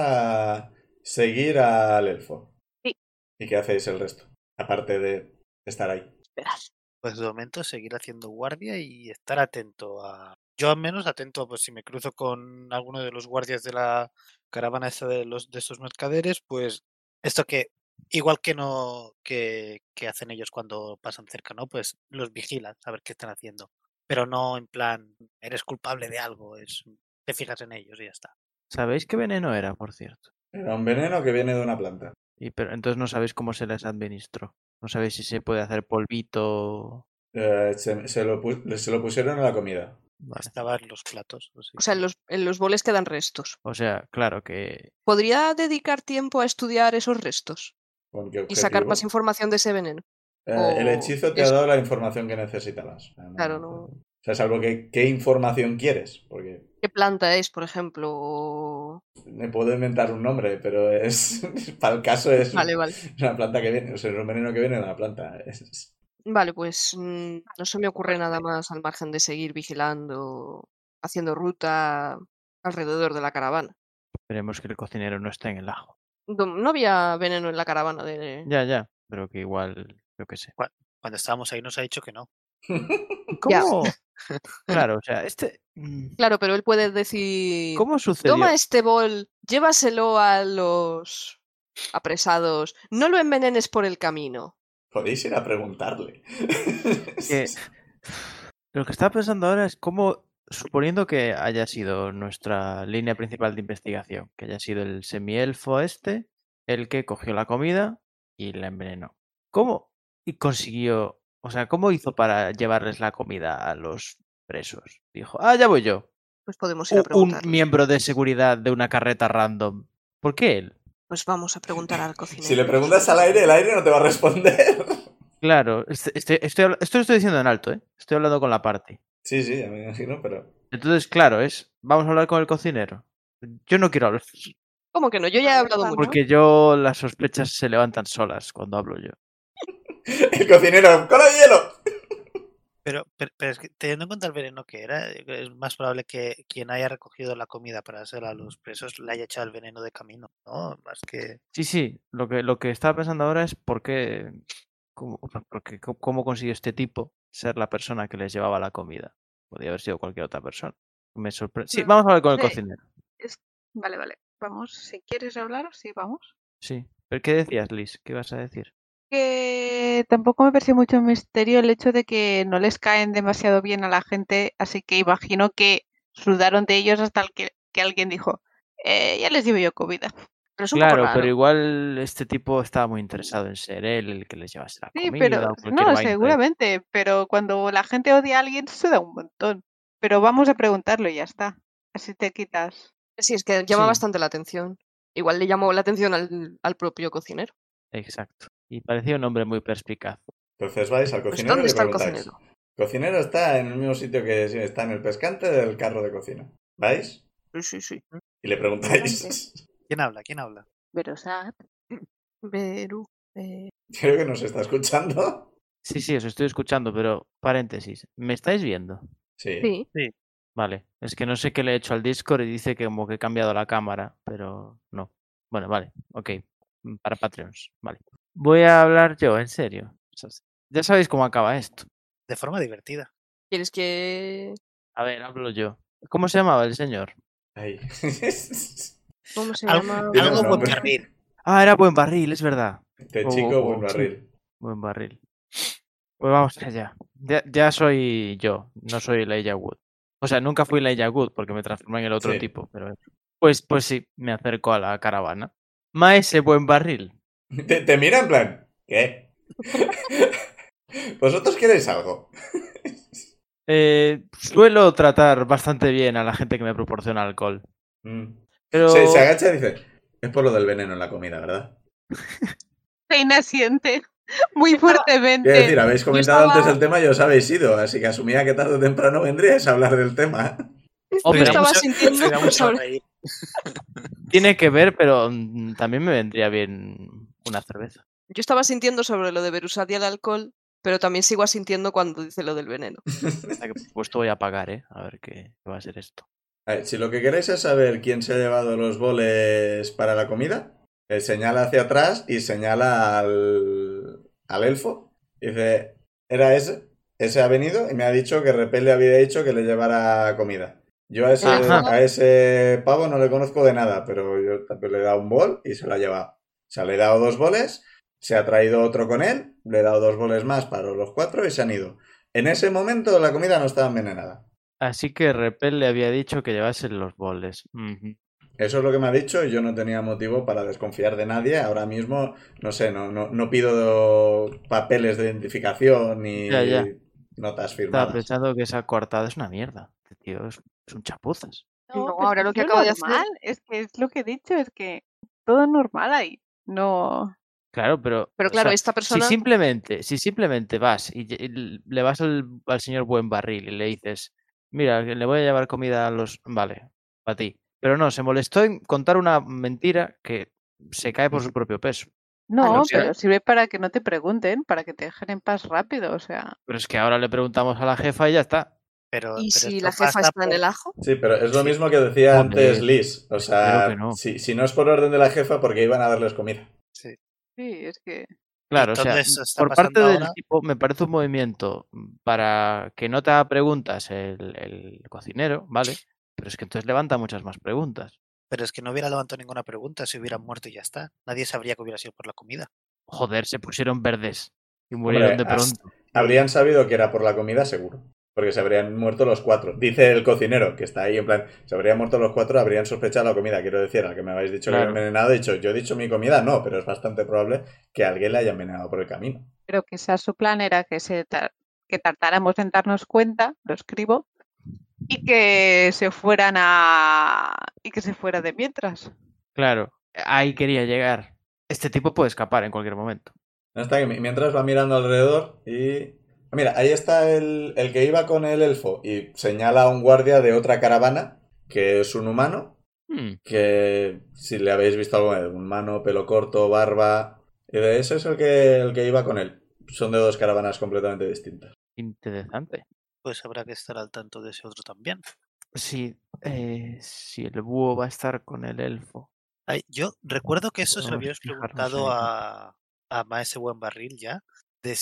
a seguir al elfo. Sí. ¿Y qué hacéis el resto? Aparte de estar ahí. Esperad. Pues de momento seguir haciendo guardia y estar atento a... Yo al menos atento, pues si me cruzo con alguno de los guardias de la caravana esta de los de estos mercaderes, pues esto que igual que no que, que hacen ellos cuando pasan cerca, ¿no? Pues los vigilan, a ver qué están haciendo. Pero no en plan, eres culpable de algo, es te fijas en ellos y ya está. ¿Sabéis qué veneno era, por cierto? Era un veneno que viene de una planta. Y pero entonces no sabéis cómo se les administró. No sabéis si se puede hacer polvito. Eh, se, se lo pu- se lo pusieron en la comida. Vale. Estaba en los platos. así O sea, en que- los, en los boles quedan restos. O sea, claro que. ¿Podría dedicar tiempo a estudiar esos restos ¿Con qué y sacar objetivo? más información de ese veneno? Eh, el o hechizo te es- ha dado la información que necesitabas. O sea, no- Claro, no. O sea, salvo que qué información quieres. Porque ¿Qué planta es, por ejemplo? O- me puedo inventar un nombre, pero es. Para el caso es Vale, vale. una planta que viene. O sea, es un veneno que viene de una planta. Es- Vale, pues mm, no se me ocurre nada más al margen de seguir vigilando, haciendo ruta alrededor de la caravana. Esperemos que el cocinero no esté en el ajo. Do- No había veneno en la caravana de... Ya, ya. Pero que igual, yo qué sé. Cuando estábamos ahí nos ha dicho que no. Ya. ¿Cómo? Claro, o sea, este. mm, Claro, pero él puede decir... ¿Cómo sucedió? Toma este bol, llévaselo a los apresados, no lo envenenes por el camino. Podéis ir a preguntarle. Que- Lo que estaba pensando ahora es cómo, suponiendo que haya sido nuestra línea principal de investigación, que haya sido el semielfo este, el que cogió la comida y la envenenó. ¿Cómo y consiguió, o sea, cómo hizo para llevarles la comida a los presos? Dijo, ah, ya voy yo. Pues podemos ir a Un, un preguntarle. miembro de seguridad de una carreta random. ¿Por qué él? Pues vamos a preguntar al cocinero. Si le preguntas al aire, el aire no te va a responder. Claro, este- este- estoy, habl- esto lo estoy diciendo en alto, ¿eh? Estoy hablando con la party. Sí, sí, me imagino, pero. Entonces, claro, es, vamos a hablar con el cocinero. Yo no quiero hablar, ¿Cómo que no? Yo ya he hablado mucho. porque yo las sospechas se levantan solas cuando hablo yo. El cocinero, ¡con el hielo! Pero, pero, pero es que teniendo en cuenta el veneno que era, es más probable que quien haya recogido la comida para hacerla a los presos le haya echado el veneno de camino, ¿no? Más que... Sí, sí, lo que, lo que estaba pensando ahora es por qué, cómo, porque, cómo- cómo consiguió este tipo ser la persona que les llevaba la comida. Podría haber sido cualquier otra persona. Me sorprende. Sí, No, vamos a hablar con el sí. cocinero. Vale, vale. Vamos, si quieres hablar, sí, vamos. Sí. ¿Pero qué decías, Liz? ¿Qué ibas a decir? Que tampoco me pareció mucho misterio el hecho de que no les caen demasiado bien a la gente, así que imagino que sudaron de ellos hasta el que, que alguien dijo, eh, ya les llevo yo comida. Pero es un poco Claro, raro. pero igual este tipo estaba muy interesado en ser él el que les llevase la Sí, comida pero o cualquier no, vaina de- seguramente, pero cuando la gente odia a alguien suda un montón. Pero vamos a preguntarlo y ya está. Así te quitas. Sí, es que llama Sí. bastante la atención. Igual le llamó la atención al, al propio cocinero. Exacto. Y parecía un hombre muy perspicaz. Entonces vais al Pues, cocinero ¿dónde y le está el preguntáis. cocinero? Cocinero está en el mismo sitio que sí, está en el pescante del carro de cocina. ¿Vais? Sí, sí, sí. Y le preguntáis. ¿Quién habla? ¿Quién habla? Verosat. Beru, eh, Creo que nos está escuchando. Sí, sí, os estoy escuchando, pero paréntesis. ¿Me estáis viendo? Sí. sí. Vale. Es que no sé qué le he hecho al Discord y dice que como que he cambiado la cámara, pero no. Bueno, vale. Ok. Mm, Para Patreons. Vale. Voy a hablar yo, en serio. O sea, ya sabéis cómo acaba esto. De forma divertida. ¿Quieres que...? A ver, hablo yo. ¿Cómo se llamaba el señor? Ahí. ¿Cómo se Al- llama? Tiene algo un buen nombre. carril. Ah, era Buen Barril, es verdad. Este Oh, chico, oh, buen oh, sí. barril. Buen barril. Pues vamos allá. Ya, ya soy yo, no soy Elijah Wood. O sea, nunca fui Elijah Wood porque me transformé en el otro Sí. tipo. Pero pues, pues sí, me acerco a la caravana. Maese buen barril. Te, te mira en plan, ¿qué? ¿Vosotros queréis algo? Eh, suelo tratar bastante bien a la gente que me proporciona alcohol. Mm. Pero Se, se agacha y dice, es por lo del veneno en la comida, ¿verdad? Reina siente muy Quiero fuertemente. decir, habéis Yo comentado estaba- antes el tema y os habéis ido, así que asumía que tarde o temprano vendríais a hablar del tema. Hombre, Yo estaba Mucho- sintiendo me da mucho sobre- reír. tiene que ver, pero mm, también me vendría bien una cerveza. Yo estaba sintiendo sobre lo de Berusat y el alcohol, pero también sigo asintiendo cuando dice lo del veneno. O sea que, por supuesto voy a pagar, ¿eh? A ver qué, qué va a ser esto. A ver, si lo que queréis es saber quién se ha llevado los boles para la comida, eh, señala hacia atrás y señala al, al elfo. Dice, era ese, ese ha venido y me ha dicho que Repel le había dicho que le llevara comida. Yo a ese, Ajá. a ese pavo no le conozco de nada, pero yo también le he dado un bol y se lo ha llevado. O sea, le he dado dos boles, se ha traído otro con él, le he dado dos boles más para los cuatro y se han ido. En ese momento la comida no estaba envenenada. Así que Repel le había dicho que llevasen los boles. Ujú. Eso es lo que me ha dicho y yo no tenía motivo para desconfiar de nadie. Ahora mismo, no sé, no, no, no pido papeles de identificación ni Ya, ya. notas Estaba firmadas. pensando que esa coartada es una mierda. Este tío es, es un chapuzas. No, pero ahora es lo que es acabo de hacer- normal, Es que es lo que he dicho, es que todo normal ahí. No. Claro, pero. Pero o claro, sea, esta persona... Si simplemente, si simplemente vas y, y le vas al, al señor Buen Barril y le dices, mira, que le voy a llevar comida a los. Vale, a ti. Pero no, se molestó en contar una mentira que se cae por su propio peso. No, no, pero pero- sirve para que no te pregunten, para que te dejen en paz rápido, o sea. Pero es que ahora le preguntamos a la jefa y ya está. Pero, ¿Y pero si esto la jefa pasa está en por- el ajo? Sí, pero es lo Sí. mismo que decía Joder, antes Liz. O espero sea, que no. si, si no es por orden de la jefa, porque iban a darles comida. Sí. Sí, es que. Claro, o todo sea, eso está por parte pasando del ahora. tipo me parece un movimiento para que no te haga preguntas el, el cocinero, ¿vale? Pero es que entonces levanta muchas más preguntas. Pero es que no hubiera levantado ninguna pregunta si hubieran muerto y ya está. Nadie sabría que hubiera sido por la comida. Joder, se pusieron verdes y murieron Hombre, de pronto. Habrían sabido que era por la comida, seguro. Porque se habrían muerto los cuatro. Dice el cocinero, que está ahí en plan, se habrían muerto los cuatro, habrían sospechado la comida. Quiero decir, al que me habéis dicho Claro. que había envenenado, he dicho, yo he dicho mi comida, no, pero es bastante probable que alguien la haya envenenado por el camino. Pero quizás su plan era que se tar- que tardáramos en darnos cuenta, lo escribo, y que se fueran a. y que se fuera de mientras. Claro, ahí quería llegar. Este tipo puede escapar en cualquier momento. Hasta que mi- mientras va mirando alrededor y... Mira, ahí está el, el que iba con el elfo y señala a un guardia de otra caravana, que es un humano, Hmm, que si le habéis visto algo, un humano, pelo corto, barba... Y de ese es el que, el que iba con él. Son de dos caravanas completamente distintas. interesante. Pues habrá que estar al tanto de ese otro también. Sí, eh, si el búho va a estar con el elfo. Ay, yo recuerdo que eso se lo Podemos habíamos fijarnos preguntado en ello. a, a Maese Buen Barril ya, de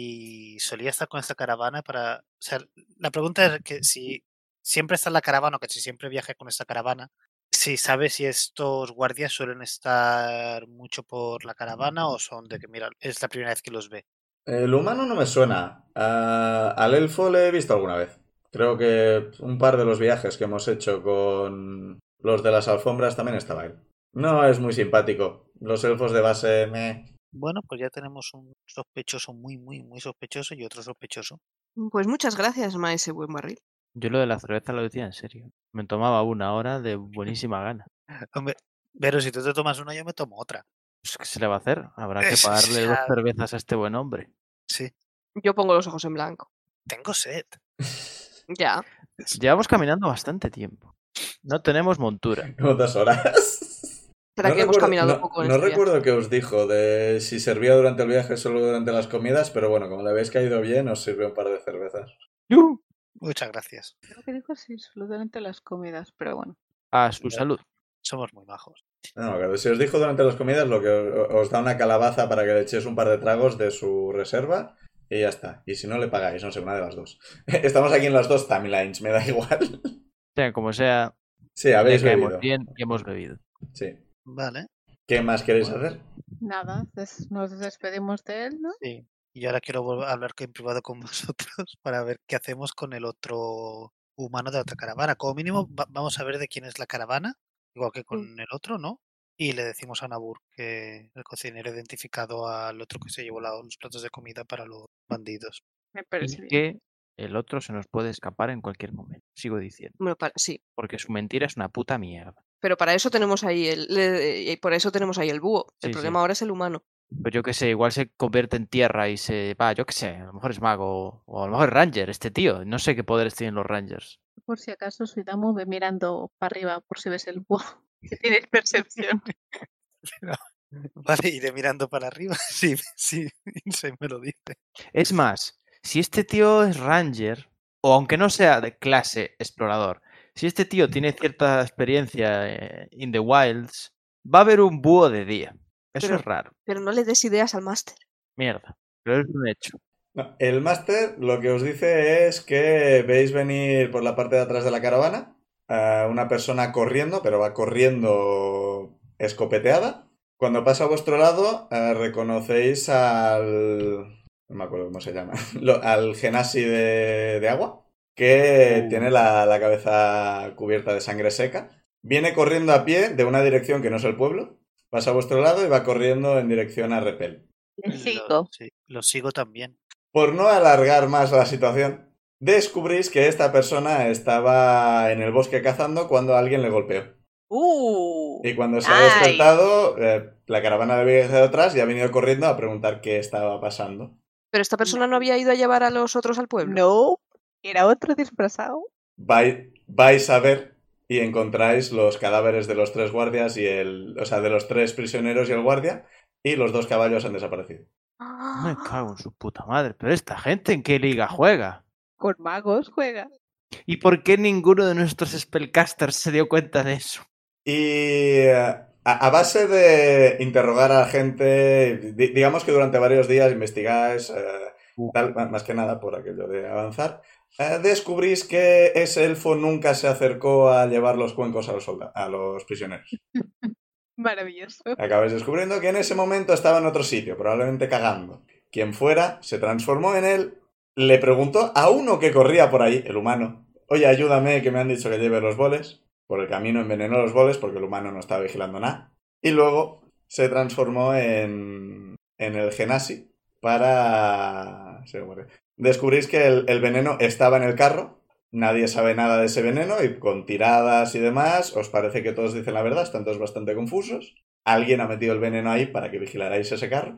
si solía estar con esta caravana para... O sea, la pregunta es que si siempre está en la caravana o que si siempre viaja con esta caravana, si sabe si estos guardias suelen estar mucho por la caravana o son de que, mira, es la primera vez que los ve. El humano no me suena. A- al elfo le he visto alguna vez. Creo que un par de los viajes que hemos hecho con los de las alfombras también estaba él. No es muy simpático. Los elfos de base me... Bueno, pues ya tenemos un sospechoso muy, muy, muy sospechoso y otro sospechoso. Pues muchas gracias, Maese Buen Barril. Yo lo de la cerveza lo decía en serio. Me tomaba una hora de buenísima gana. Hombre, pero si tú te tomas una, yo me tomo otra. Pues, ¿qué se le va a hacer? Habrá que Eso pagarle dos ya- cervezas a este buen hombre. Sí, Yo pongo los ojos en blanco. tengo sed. Ya. Llevamos caminando bastante tiempo. No tenemos montura. Como dos horas. Será No que hemos recuerdo- caminado no- poco en No este viaje. recuerdo qué os dijo de si servía durante el viaje solo durante las comidas, pero bueno, como le habéis caído bien, os sirve un par de cervezas. ¡Yu! Muchas gracias. Creo que dijo sí, solo durante las comidas, pero bueno. A su Ya. salud. Somos muy majos. No, claro, si os dijo durante las comidas, lo que os, os da una calabaza para que le echéis un par de tragos de su reserva y ya está. Y si no, le pagáis, no sé, una de las dos. Estamos aquí en las dos timelines, me da igual. O sea, como sea, Sí, le habéis caemos bebido. bien y hemos bebido. Sí. Vale. ¿Qué más queréis hacer? Nada, des- nos despedimos de él, ¿no? Sí. Y ahora quiero volver a hablar en privado con vosotros para ver qué hacemos con el otro humano de la otra caravana. Como mínimo, va- vamos a ver de quién es la caravana, igual que con el otro, ¿no? Y le decimos a Nabur que el cocinero ha identificado al otro que se llevó la- los platos de comida para los bandidos. Me parece Y bien. que el otro se nos puede escapar en cualquier momento. Sigo diciendo. Bueno, para- sí, Porque su mentira es una puta mierda. pero para eso tenemos ahí el, le- y por eso tenemos ahí el búho. El Sí, problema sí. ahora es el humano. Pues yo qué sé, igual se convierte en tierra y se... Va, yo qué sé, a lo mejor es mago. O a lo mejor es ranger, este tío. No sé qué poderes tienen los rangers. Por si acaso, Suidamu ve mirando para arriba por si ves el búho. Que tienes percepción. Vale, iré mirando para arriba. Sí, sí, se me lo dice. Es más, si este tío es ranger, o aunque no sea de clase explorador, si este tío tiene cierta experiencia eh, in the wilds, va a haber un búho de día. Eso Pero- es raro. Pero no le des ideas al máster. Mierda. Pero es un hecho. No, el máster lo que os dice es que veis venir por la parte de atrás de la caravana a una persona corriendo, pero va corriendo escopeteada. Cuando pasa a vuestro lado, eh, reconocéis al... no me acuerdo cómo se llama. Lo- al genasi de, de agua, que Uh. tiene la, la cabeza cubierta de sangre seca. Viene corriendo a pie de una dirección que no es el pueblo. Pasa a vuestro lado y va corriendo en dirección a Repel. Le Lo, sigo. sí, lo sigo también. Por no alargar más la situación, descubrís que esta persona estaba en el bosque cazando cuando alguien le golpeó. ¡Uh! Y cuando se ha Ay. despertado, eh, la caravana le había dejado atrás y ha venido corriendo a preguntar qué estaba pasando. Pero esta persona no había ido a llevar a los otros al pueblo. No, era otro disfrazado. Vais, vais a ver y encontráis los cadáveres de los tres guardias y el... o sea, de los tres prisioneros y el guardia, y los dos caballos han desaparecido. Me cago en su puta madre. Pero esta gente, ¿en qué liga juega? Con magos juega. ¿Y por qué ninguno de nuestros spellcasters se dio cuenta de eso? Y eh, a, a base de interrogar a la gente, di- digamos que durante varios días investigáis, eh, tal, ma- más que nada por aquello de avanzar, eh, descubrís que ese elfo nunca se acercó a llevar los cuencos a los, solda- a los prisioneros. Maravilloso. Acabáis descubriendo que en ese momento estaba en otro sitio, probablemente cagando. Quien fuera se transformó en él, le preguntó a uno que corría por ahí, el humano, oye, ayúdame, que me han dicho que lleve los boles. Por el camino envenenó los boles porque el humano no estaba vigilando nada. Y luego se transformó en, en el genasi para... sí, hombre. Descubrís que el, el veneno estaba en el carro. Nadie sabe nada de ese veneno y con tiradas y demás os parece que todos dicen la verdad, están todos bastante confusos. Alguien ha metido el veneno ahí para que vigilarais ese carro.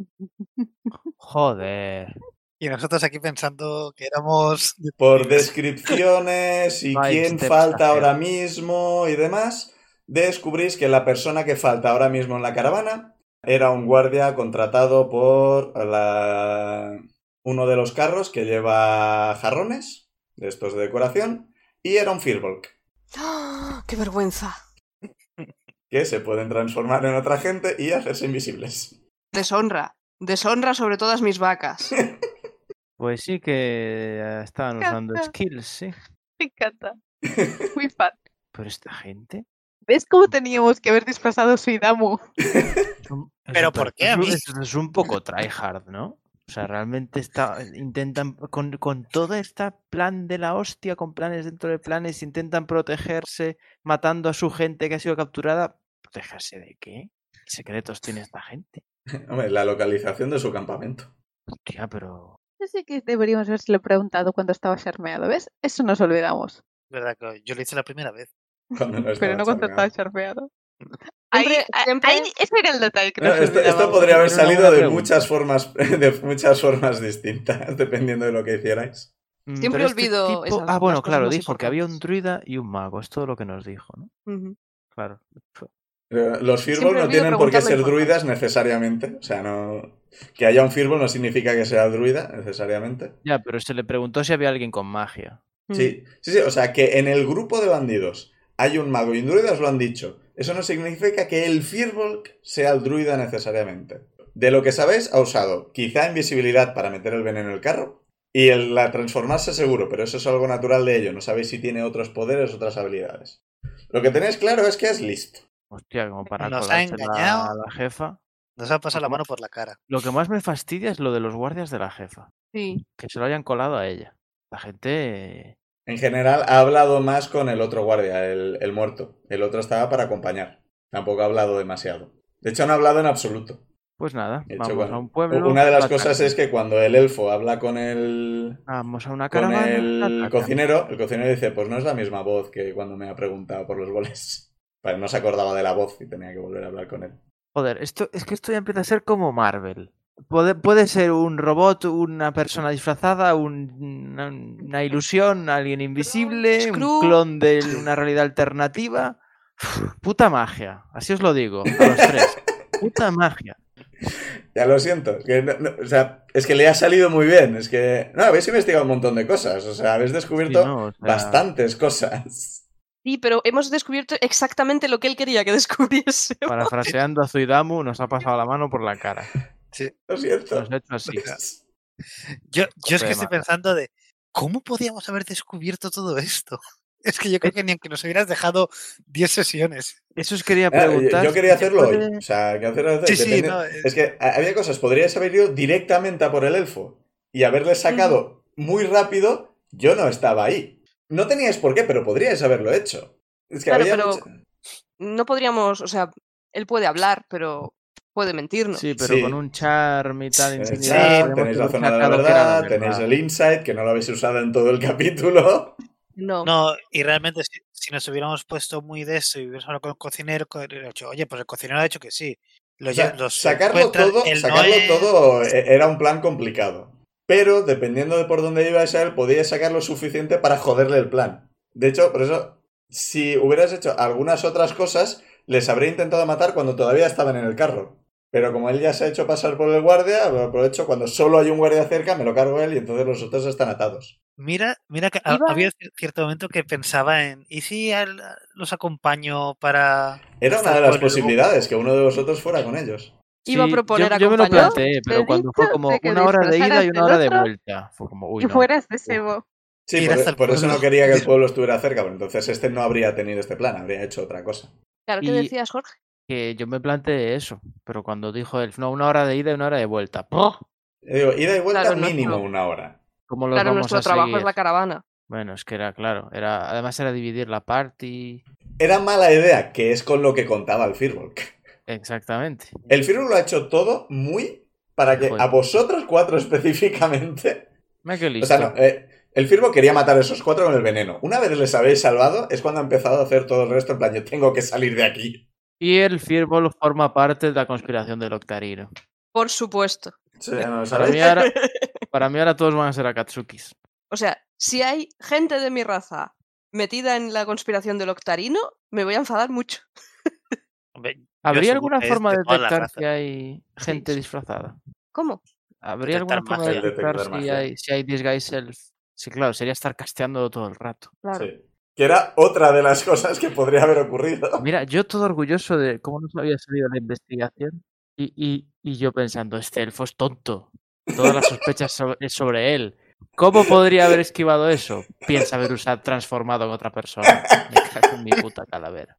Joder. Y nosotros aquí pensando que éramos... Por descripciones y Five quién steps falta ahead. ahora mismo y demás, descubrís que la persona que falta ahora mismo en la caravana era un guardia contratado por la... uno de los carros que lleva jarrones de estos de decoración y era un Firbolg, ¡Ah! ¡Qué vergüenza! que se pueden transformar en otra gente y hacerse invisibles. Deshonra. Deshonra sobre todas mis vacas. Pues sí que eh, estaban Me usando encanta. skills, sí. Me encanta. Muy fan. Pero esta gente... ¿Ves cómo teníamos que haber disfrazado a Suidamu? es un- es ¿Pero un- por qué es a un- mí? Es, es un poco tryhard, ¿no? O sea, realmente está, intentan, con, con todo este plan de la hostia, con planes dentro de planes, intentan protegerse matando a su gente que ha sido capturada. ¿Protegerse de qué? ¿Qué secretos tiene esta gente? Hombre, la localización de su campamento. Hostia, pero... Así que deberíamos haberle preguntado cuando estaba charmeado, ¿ves? Eso nos olvidamos. ¿Verdad que yo lo hice la primera vez? Cuando no Pero estaba no cuando estaba charmeado. charmeado. Ahí, Siempre- ahí- siempre- ahí- ese era el detalle que No, nos esto, esto olvidábamos. podría haber Era una salido buena de pregunta. muchas formas, de muchas formas distintas, dependiendo de lo que hicierais. Mm, Siempre pero este olvido tipo- esas- Ah, bueno, las cosas claro, más dijo que había un importantes. druida y un mago. Es todo lo que nos dijo, ¿no? Ujú. Claro. Eh, Los Firbolg Siempre no olvido tienen por qué preguntar lo ser importante. druidas necesariamente. O sea, no. Que haya un Firbolg no significa que sea druida necesariamente. Ya, pero se le preguntó si había alguien con magia. Sí, sí, sí. O sea, que en el grupo de bandidos hay un mago y un druida, os lo han dicho. Eso no significa que el Firbolg sea el druida necesariamente. De lo que sabéis, ha usado quizá invisibilidad para meter el veneno en el carro y el, la transformarse seguro, pero eso es algo natural de ello. No sabéis si tiene otros poderes, otras habilidades. Lo que tenéis claro es que es listo. Hostia, como para Nos ha colársela engañado. a la jefa. Nos ha pasado la Como- mano por la cara. Lo que más me fastidia es lo de los guardias de la jefa. Sí. Que se lo hayan colado a ella. La gente... En general ha hablado más con el otro guardia, el, el muerto. El otro estaba para acompañar. Tampoco ha hablado demasiado. De hecho, no ha hablado en absoluto. Pues nada, De hecho, vamos cuando- a un pueblo... Una de las lo cosas atacan. es que cuando el elfo habla con el, Vamos a una con caravana... la el atacan. cocinero, el cocinero dice, pues no es la misma voz que cuando me ha preguntado por los goles. Vale, no se acordaba de la voz y tenía que volver a hablar con él. Joder, esto, es que esto ya empieza a ser como Marvel. Puede, puede ser un robot, una persona disfrazada, un- una, una ilusión, alguien invisible, un Screw. clon de una realidad alternativa. Uf, puta magia, así os lo digo, a los tres. Puta magia. Ya lo siento. Es que, no- no, o sea, es que le ha salido muy bien. Es que... No, habéis investigado un montón de cosas. O sea, habéis descubierto Sí, no, o sea- bastantes cosas. Sí, pero hemos descubierto exactamente lo que él quería que descubriese. Parafraseando a Zuidamu, nos ha pasado la mano por la cara. Sí. Lo siento. Nos ha hecho así. Yo, yo es que de estoy madre. pensando de ¿cómo podíamos haber descubierto todo esto? Es que yo creo que ni aunque nos hubieras dejado diez sesiones. Eso os quería Ah, preguntar. yo quería si se hacerlo puede- hoy. O sea, que hacerlo hoy. Sí, sí, Depende- no, es- Es que a- había cosas. Podríais haber ido directamente a por el elfo y haberle sacado muy rápido. Yo no estaba ahí. No teníais por qué, pero podríais haberlo hecho. Es que Claro, había pero- mucha- No podríamos, o sea, él puede hablar, pero puede mentirnos. Sí, pero Sí. con un charm y tal, Tenéis intimidad, chat, podemos tenéis la haber zona de la sacado que era la verdad, tenéis verdad. el insight, que no lo habéis usado en todo el capítulo. No. No, y realmente si, si nos hubiéramos puesto muy de eso y hubiéramos hablado con el cocinero, co- hubiera dicho, oye, pues el cocinero ha dicho que sí. Lo O sea, lle- los sacarlo encuentran, todo, él no sacarlo es- todo e- era un plan complicado. Pero, dependiendo de por dónde ibas a él, podías sacar lo suficiente para joderle el plan. De hecho, por eso, si hubieras hecho algunas otras cosas, les habría intentado matar cuando todavía estaban en el carro. Pero como él ya se ha hecho pasar por el guardia, lo aprovecho cuando solo hay un guardia cerca, me lo cargo él y entonces los otros están atados. Mira, mira que ha- Iba- había cier- cierto momento que pensaba en ¿y si al- los acompaño para Era hasta una de el las pueblo y luego- posibilidades, que uno de vosotros fuera con ellos. Iba a Sí, proponer yo, yo me lo acompañar. planteé, pero Te cuando he fue dicho como de que una hora de ida y disfrazaras una del hora de otro vuelta. Fue como, uy, y no. fueras de Sebo. Sí, Ir por, hasta el por eso pueblo. no quería que el pueblo estuviera cerca, pero entonces este no habría tenido este plan, habría hecho otra cosa. Claro, ¿qué Y- decías, Jorge? Que yo me planteé eso, pero cuando dijo él, no, una hora de ida y una hora de vuelta. ¡Puh! Yo digo, ida y vuelta Claro, mínimo nuestro- una hora. ¿Cómo los Claro, vamos nuestro a trabajo seguir? es la caravana. Bueno, es que era claro, era además era dividir la party. Era mala idea, que es con lo que contaba el Firbolg. Exactamente. El Firbolg lo ha hecho todo muy para que Joder. a vosotros cuatro específicamente... Mira qué O listo. sea, no, eh, el Firbolg quería matar a esos cuatro con el veneno. Una vez les habéis salvado, es cuando ha empezado a hacer todo el resto en plan, yo tengo que salir de aquí. Y el Fireball forma parte de la conspiración del Octarino. Por supuesto. Sí, ¿no lo Para sabéis? mí, ahora, para mí ahora todos van a ser Akatsukis. O sea, si hay gente de mi raza metida en la conspiración del Octarino, me voy a enfadar mucho. Hombre, yo ¿Habría asumo alguna que es forma de todas las detectar razas. que hay gente sí. disfrazada? ¿Cómo? ¿Habría Detectar alguna forma de magia. detectar Detectar si magia. hay, si hay Disguise Self? Sí, claro, sería estar casteando todo el rato. Claro. Sí. Que era otra de las cosas que podría haber ocurrido. Mira, yo todo orgulloso de cómo nos había salido la investigación y, y, y yo pensando, este elfo es tonto. Todas las sospechas so- es sobre él. ¿Cómo podría haber esquivado eso? Piensa haber usado transformado en otra persona. Me cago en mi puta calavera.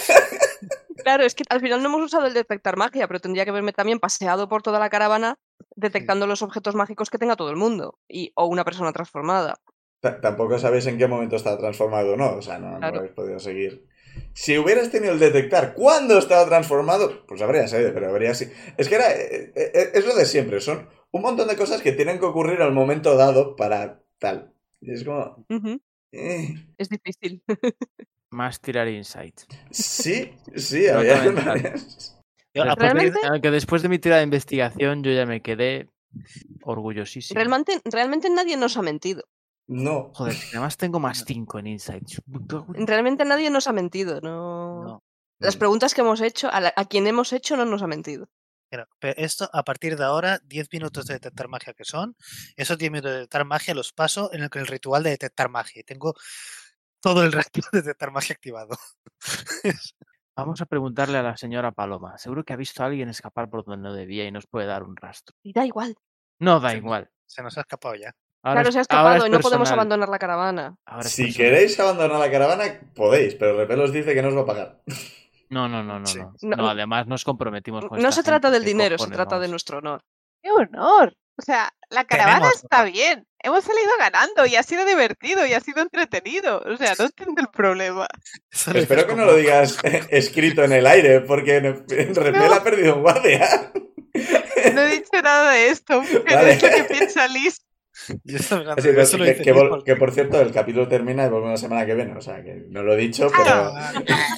Claro, es que al final no hemos usado el detectar magia, pero tendría que haberme también paseado por toda la caravana detectando los objetos mágicos que tenga todo el mundo. Y, o una persona transformada. T- Tampoco sabéis en qué momento está transformado o no. O sea, no, no Claro. habéis podido seguir. Si hubieras tenido el detectar cuándo estaba transformado, pues habría sido, pero habría sido. Es que era. eh, eh, Es lo de siempre. Son un montón de cosas que tienen que ocurrir al momento dado para tal. Y es como. Ujú. eh, Es difícil. Más tirar insight. Sí, sí, No había te mental. varias. Yo, a Después de- partir ¿Realmente? de- aunque después de mi tirada de investigación yo ya me quedé orgullosísimo. Realmente, realmente nadie nos ha mentido. No. Joder, que además tengo más cinco en insight. Realmente nadie nos ha mentido. No... no, Las preguntas que hemos hecho, a, la- a quien hemos hecho no nos ha mentido. pero- pero esto a partir de ahora, diez minutos de detectar magia que son, esos diez minutos de detectar magia los paso en el, el ritual de detectar magia. Y tengo todo el resto de detectar magia activado. Vamos a preguntarle a la señora Paloma. Seguro que ha visto a alguien escapar por donde no debía y nos puede dar un rastro. Y da igual. No da Sí. igual. Se nos ha escapado ya. Ahora claro, es- se ha ahora es escapado y no podemos personal. abandonar la caravana. Ahora es Si personal. queréis abandonar la caravana, podéis, pero Repel os dice que no os va a pagar. No, no, no, no, Sí. no. No, No, además nos comprometimos con No esta se trata gente, del ¿qué dinero, se cojones trata de vamos? nuestro honor. ¡Qué honor! O sea, la caravana Tenemos está honor. bien. Hemos salido ganando y ha sido divertido y ha sido entretenido. O sea, no entiendo el problema. Eso lo Espero dices que no como- lo digas eh, escrito en el aire, porque en, en Repel No. ha perdido un guardia. No he dicho nada de esto, pero Vale. es lo que piensa Liz. Yo estaba hablando Así, de pues, eso, lo que, dice que Liz vol- porque- que, por cierto, el capítulo termina y volvemos la semana que viene. O sea, que no lo he dicho, pero Ah,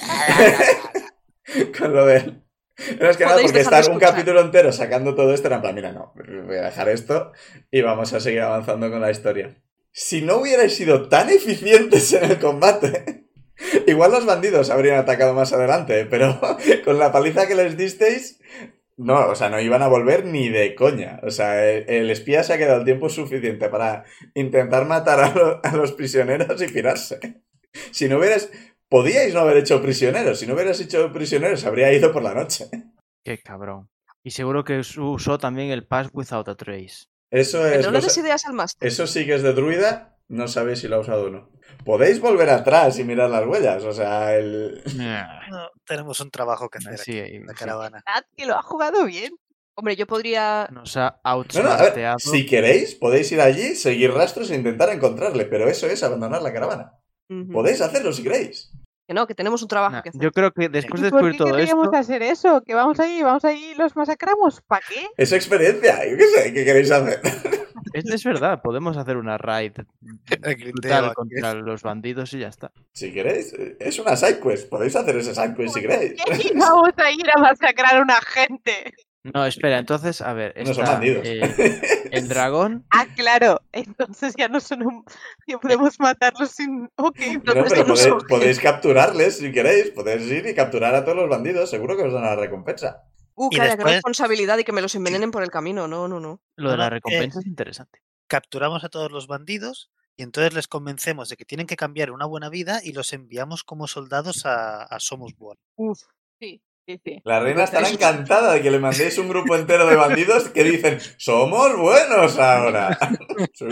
con lo de... No es que nada, Podéis porque dejar de estar un escuchar. capítulo entero sacando todo esto era en plan, mira, no, voy a dejar esto y vamos a seguir avanzando con la historia. Si no hubierais sido tan eficientes en el combate, igual los bandidos habrían atacado más adelante, pero con la paliza que les disteis, no, o sea, no iban a volver ni de coña. O sea, el, el espía se ha quedado el tiempo suficiente para intentar matar a, lo- a los prisioneros y pirarse. Si no hubieras... Podíais no haber hecho prisioneros. Si no hubieras hecho prisioneros, habría ido por la noche. Qué cabrón. Y seguro que us- usó también el Pass Without a Trace. Eso Que es... no le los- des ideas al máster. Eso sí que es de druida. No sabéis si lo ha usado o no. Podéis volver atrás y mirar las huellas. O sea, el... no, tenemos un trabajo que hacer Sí, aquí en la sí. caravana. Dad, que lo ha jugado bien. Hombre, yo podría... Nos ha No, no, a ver, outsmarteado. si queréis, podéis ir allí, seguir rastros e intentar encontrarle, pero eso es abandonar la caravana. Ujú. Podéis hacerlo si queréis. Que no, que tenemos un trabajo Nah, que hacer. yo creo que después ¿Y de por descubrir qué todo querríamos esto, hacer eso? Que vamos ahí, vamos ahí y los masacramos. ¿Para qué? Es experiencia, yo qué sé, ¿qué queréis hacer? es, es verdad, podemos hacer una raid El griteo brutal aquí. contra los bandidos y ya está. Si queréis, es una sidequest, podéis hacer esa sidequest si queréis. ¿Qué? Vamos a ir a masacrar a una gente. No, espera, entonces, a ver, No son está, bandidos. eh, el dragón. Ah, claro. Entonces ya no son un... ya podemos matarlos sin... Ok, No, Entonces pero no podéis, son podéis capturarles si queréis, podéis ir y capturar a todos los bandidos, seguro que os dan la recompensa. Uh, Y calla, qué después- responsabilidad y que me los envenenen por el camino. No, no, no. Lo de No, la no, recompensa eh, es interesante. Capturamos a todos los bandidos y entonces les convencemos de que tienen que cambiar una buena vida y los enviamos como soldados a, a Somos Buon. Uf, sí, sí, sí. La reina estará Eso- encantada de que le mandéis un grupo entero de bandidos que dicen, somos buenos ahora. Sí.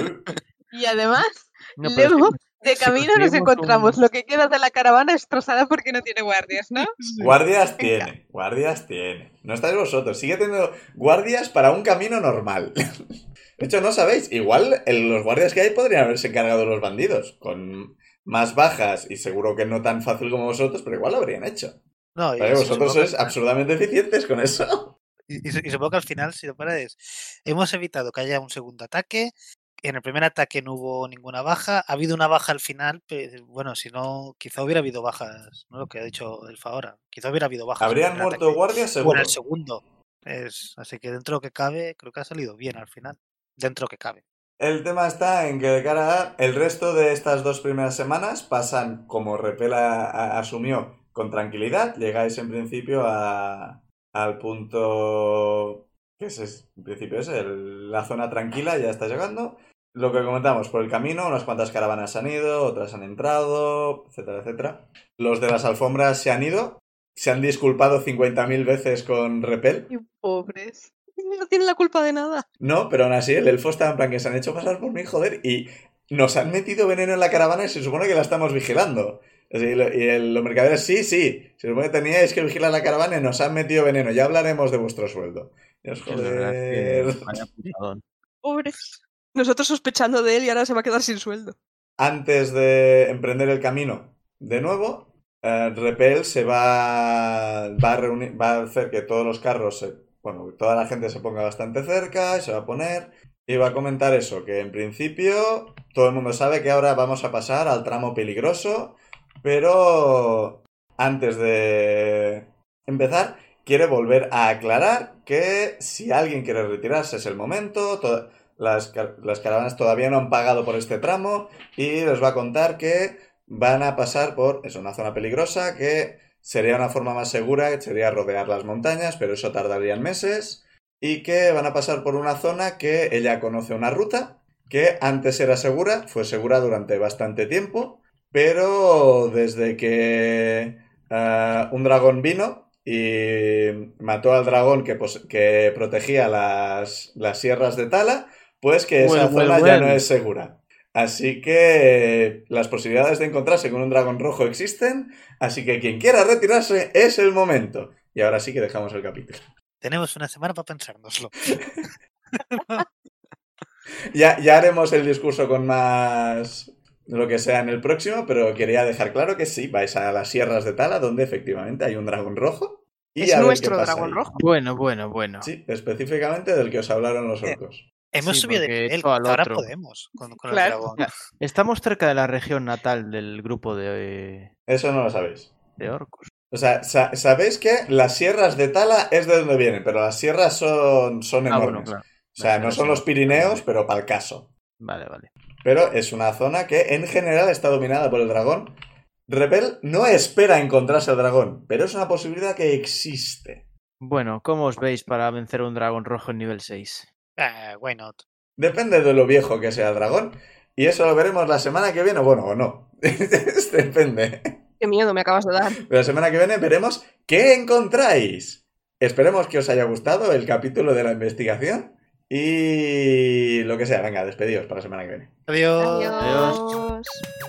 Y además, No, pero es que luego, de si camino nos conseguimos encontramos un- lo que queda de la caravana destrozada porque no tiene guardias, ¿no? Guardias tiene, guardias tiene. No estáis vosotros, sigue teniendo guardias para un camino normal. De hecho, no sabéis, igual el- los guardias que hay podrían haberse encargado de los bandidos, con más bajas y seguro que no tan fácil como vosotros, pero igual lo habrían hecho. No, y, ¿Vale? si Vosotros supongo sois que- absurdamente eficientes con eso. y- y- y supongo que al final, si lo paráis, hemos evitado que haya un segundo ataque. En el primer ataque no hubo ninguna baja. Ha habido una baja al final, pero bueno, si no, quizá hubiera habido bajas, ¿no? Lo que ha dicho Elfa ahora. Quizá hubiera habido bajas. en el Habrían primer muerto ataque. guardias O en seguro. el segundo. Es, así que dentro de lo que cabe, creo que ha salido bien al final. Dentro de lo que cabe. El tema está en que de cara a el resto de estas dos primeras semanas pasan como Repela a- asumió con tranquilidad. Llegáis en principio a, al punto que es, es- en principio es el- la zona tranquila, ya está llegando. Lo que comentamos por el camino, unas cuantas caravanas han ido, otras han entrado, etcétera, etcétera. Los de las alfombras se han ido, se han disculpado cincuenta mil veces con Repel. Qué pobres. No tienen la culpa de nada. No, pero aún así el elfo está en plan que se han hecho pasar por mí, joder, y nos han metido veneno en la caravana y se supone que la estamos vigilando. Así, y lo- y el, los mercaderes, sí, sí, se supone que teníais que vigilar la caravana y nos han metido veneno, ya hablaremos de vuestro sueldo. Dios, Es verdad que joder. vaya putadón. Pobres. Nosotros sospechando de él y ahora se va a quedar sin sueldo. Antes de emprender el camino de nuevo, eh, Repel se va, va, a reunir, va a hacer que todos los carros, se, bueno, toda la gente se ponga bastante cerca, se va a poner y va a comentar eso, que en principio todo el mundo sabe que ahora vamos a pasar al tramo peligroso, pero antes de empezar quiere volver a aclarar que si alguien quiere retirarse es el momento. Toda, Las, las caravanas todavía no han pagado por este tramo y les va a contar que van a pasar por, es una zona peligrosa, que sería una forma más segura, que sería rodear las montañas, pero eso tardarían meses, y que van a pasar por una zona que ella conoce una ruta, que antes era segura, fue segura durante bastante tiempo, pero desde que uh, un dragón vino y mató al dragón que, pos- que protegía las, las sierras de Tala, pues que esa Well, well, zona ya well. no es segura. Así que las posibilidades de encontrarse con un dragón rojo existen, así que quien quiera retirarse es el momento. Y ahora sí que dejamos el capítulo. Tenemos una semana para pensárnoslo. Ya, ya haremos el discurso con más lo que sea en el próximo, pero quería dejar claro que sí, vais a las sierras de Tala, donde efectivamente hay un dragón rojo. Y Es a ver nuestro qué pasa dragón ahí. rojo. Bueno, bueno, bueno. Sí, específicamente del que os hablaron los Eh, orcos. Hemos Sí, subido de porque nivel, esto al ahora otro. podemos con, con Claro. el dragón. Ya, estamos cerca de la región natal del grupo de, Eso no lo sabéis. de orcos. O sea, sa- sabéis que las sierras de Tala es de donde vienen, pero las sierras son, son Ah, enormes. bueno, claro. O sea, Vale, no no son sé. los Pirineos, pero para el caso. Vale, vale. Pero es una zona que en general está dominada por el dragón. Rebel no espera encontrarse al dragón, pero es una posibilidad que existe. Bueno, ¿cómo os veis para vencer a un dragón rojo en nivel seis? Ah, why not? Depende de lo viejo que sea el dragón. Y eso lo veremos la semana que viene, bueno, o no. Depende. Qué miedo me acabas de dar. La semana que viene veremos qué encontráis. Esperemos que os haya gustado el capítulo de la investigación. Y lo que sea, venga, despedidos para la semana que viene. Adiós. Adiós.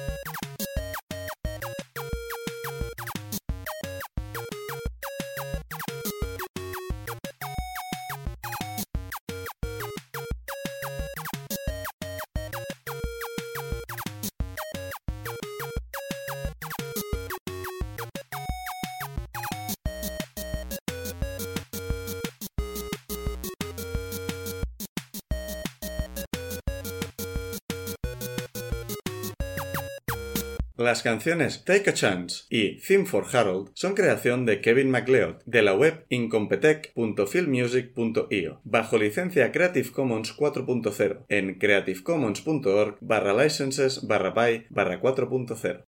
Las canciones Take a Chance y Theme for Harold son creación de Kevin MacLeod de la web incompetech punto filmmusic punto io bajo licencia Creative Commons cuatro punto cero en creativecommons punto org barra licenses barra by barra cuatro punto cero.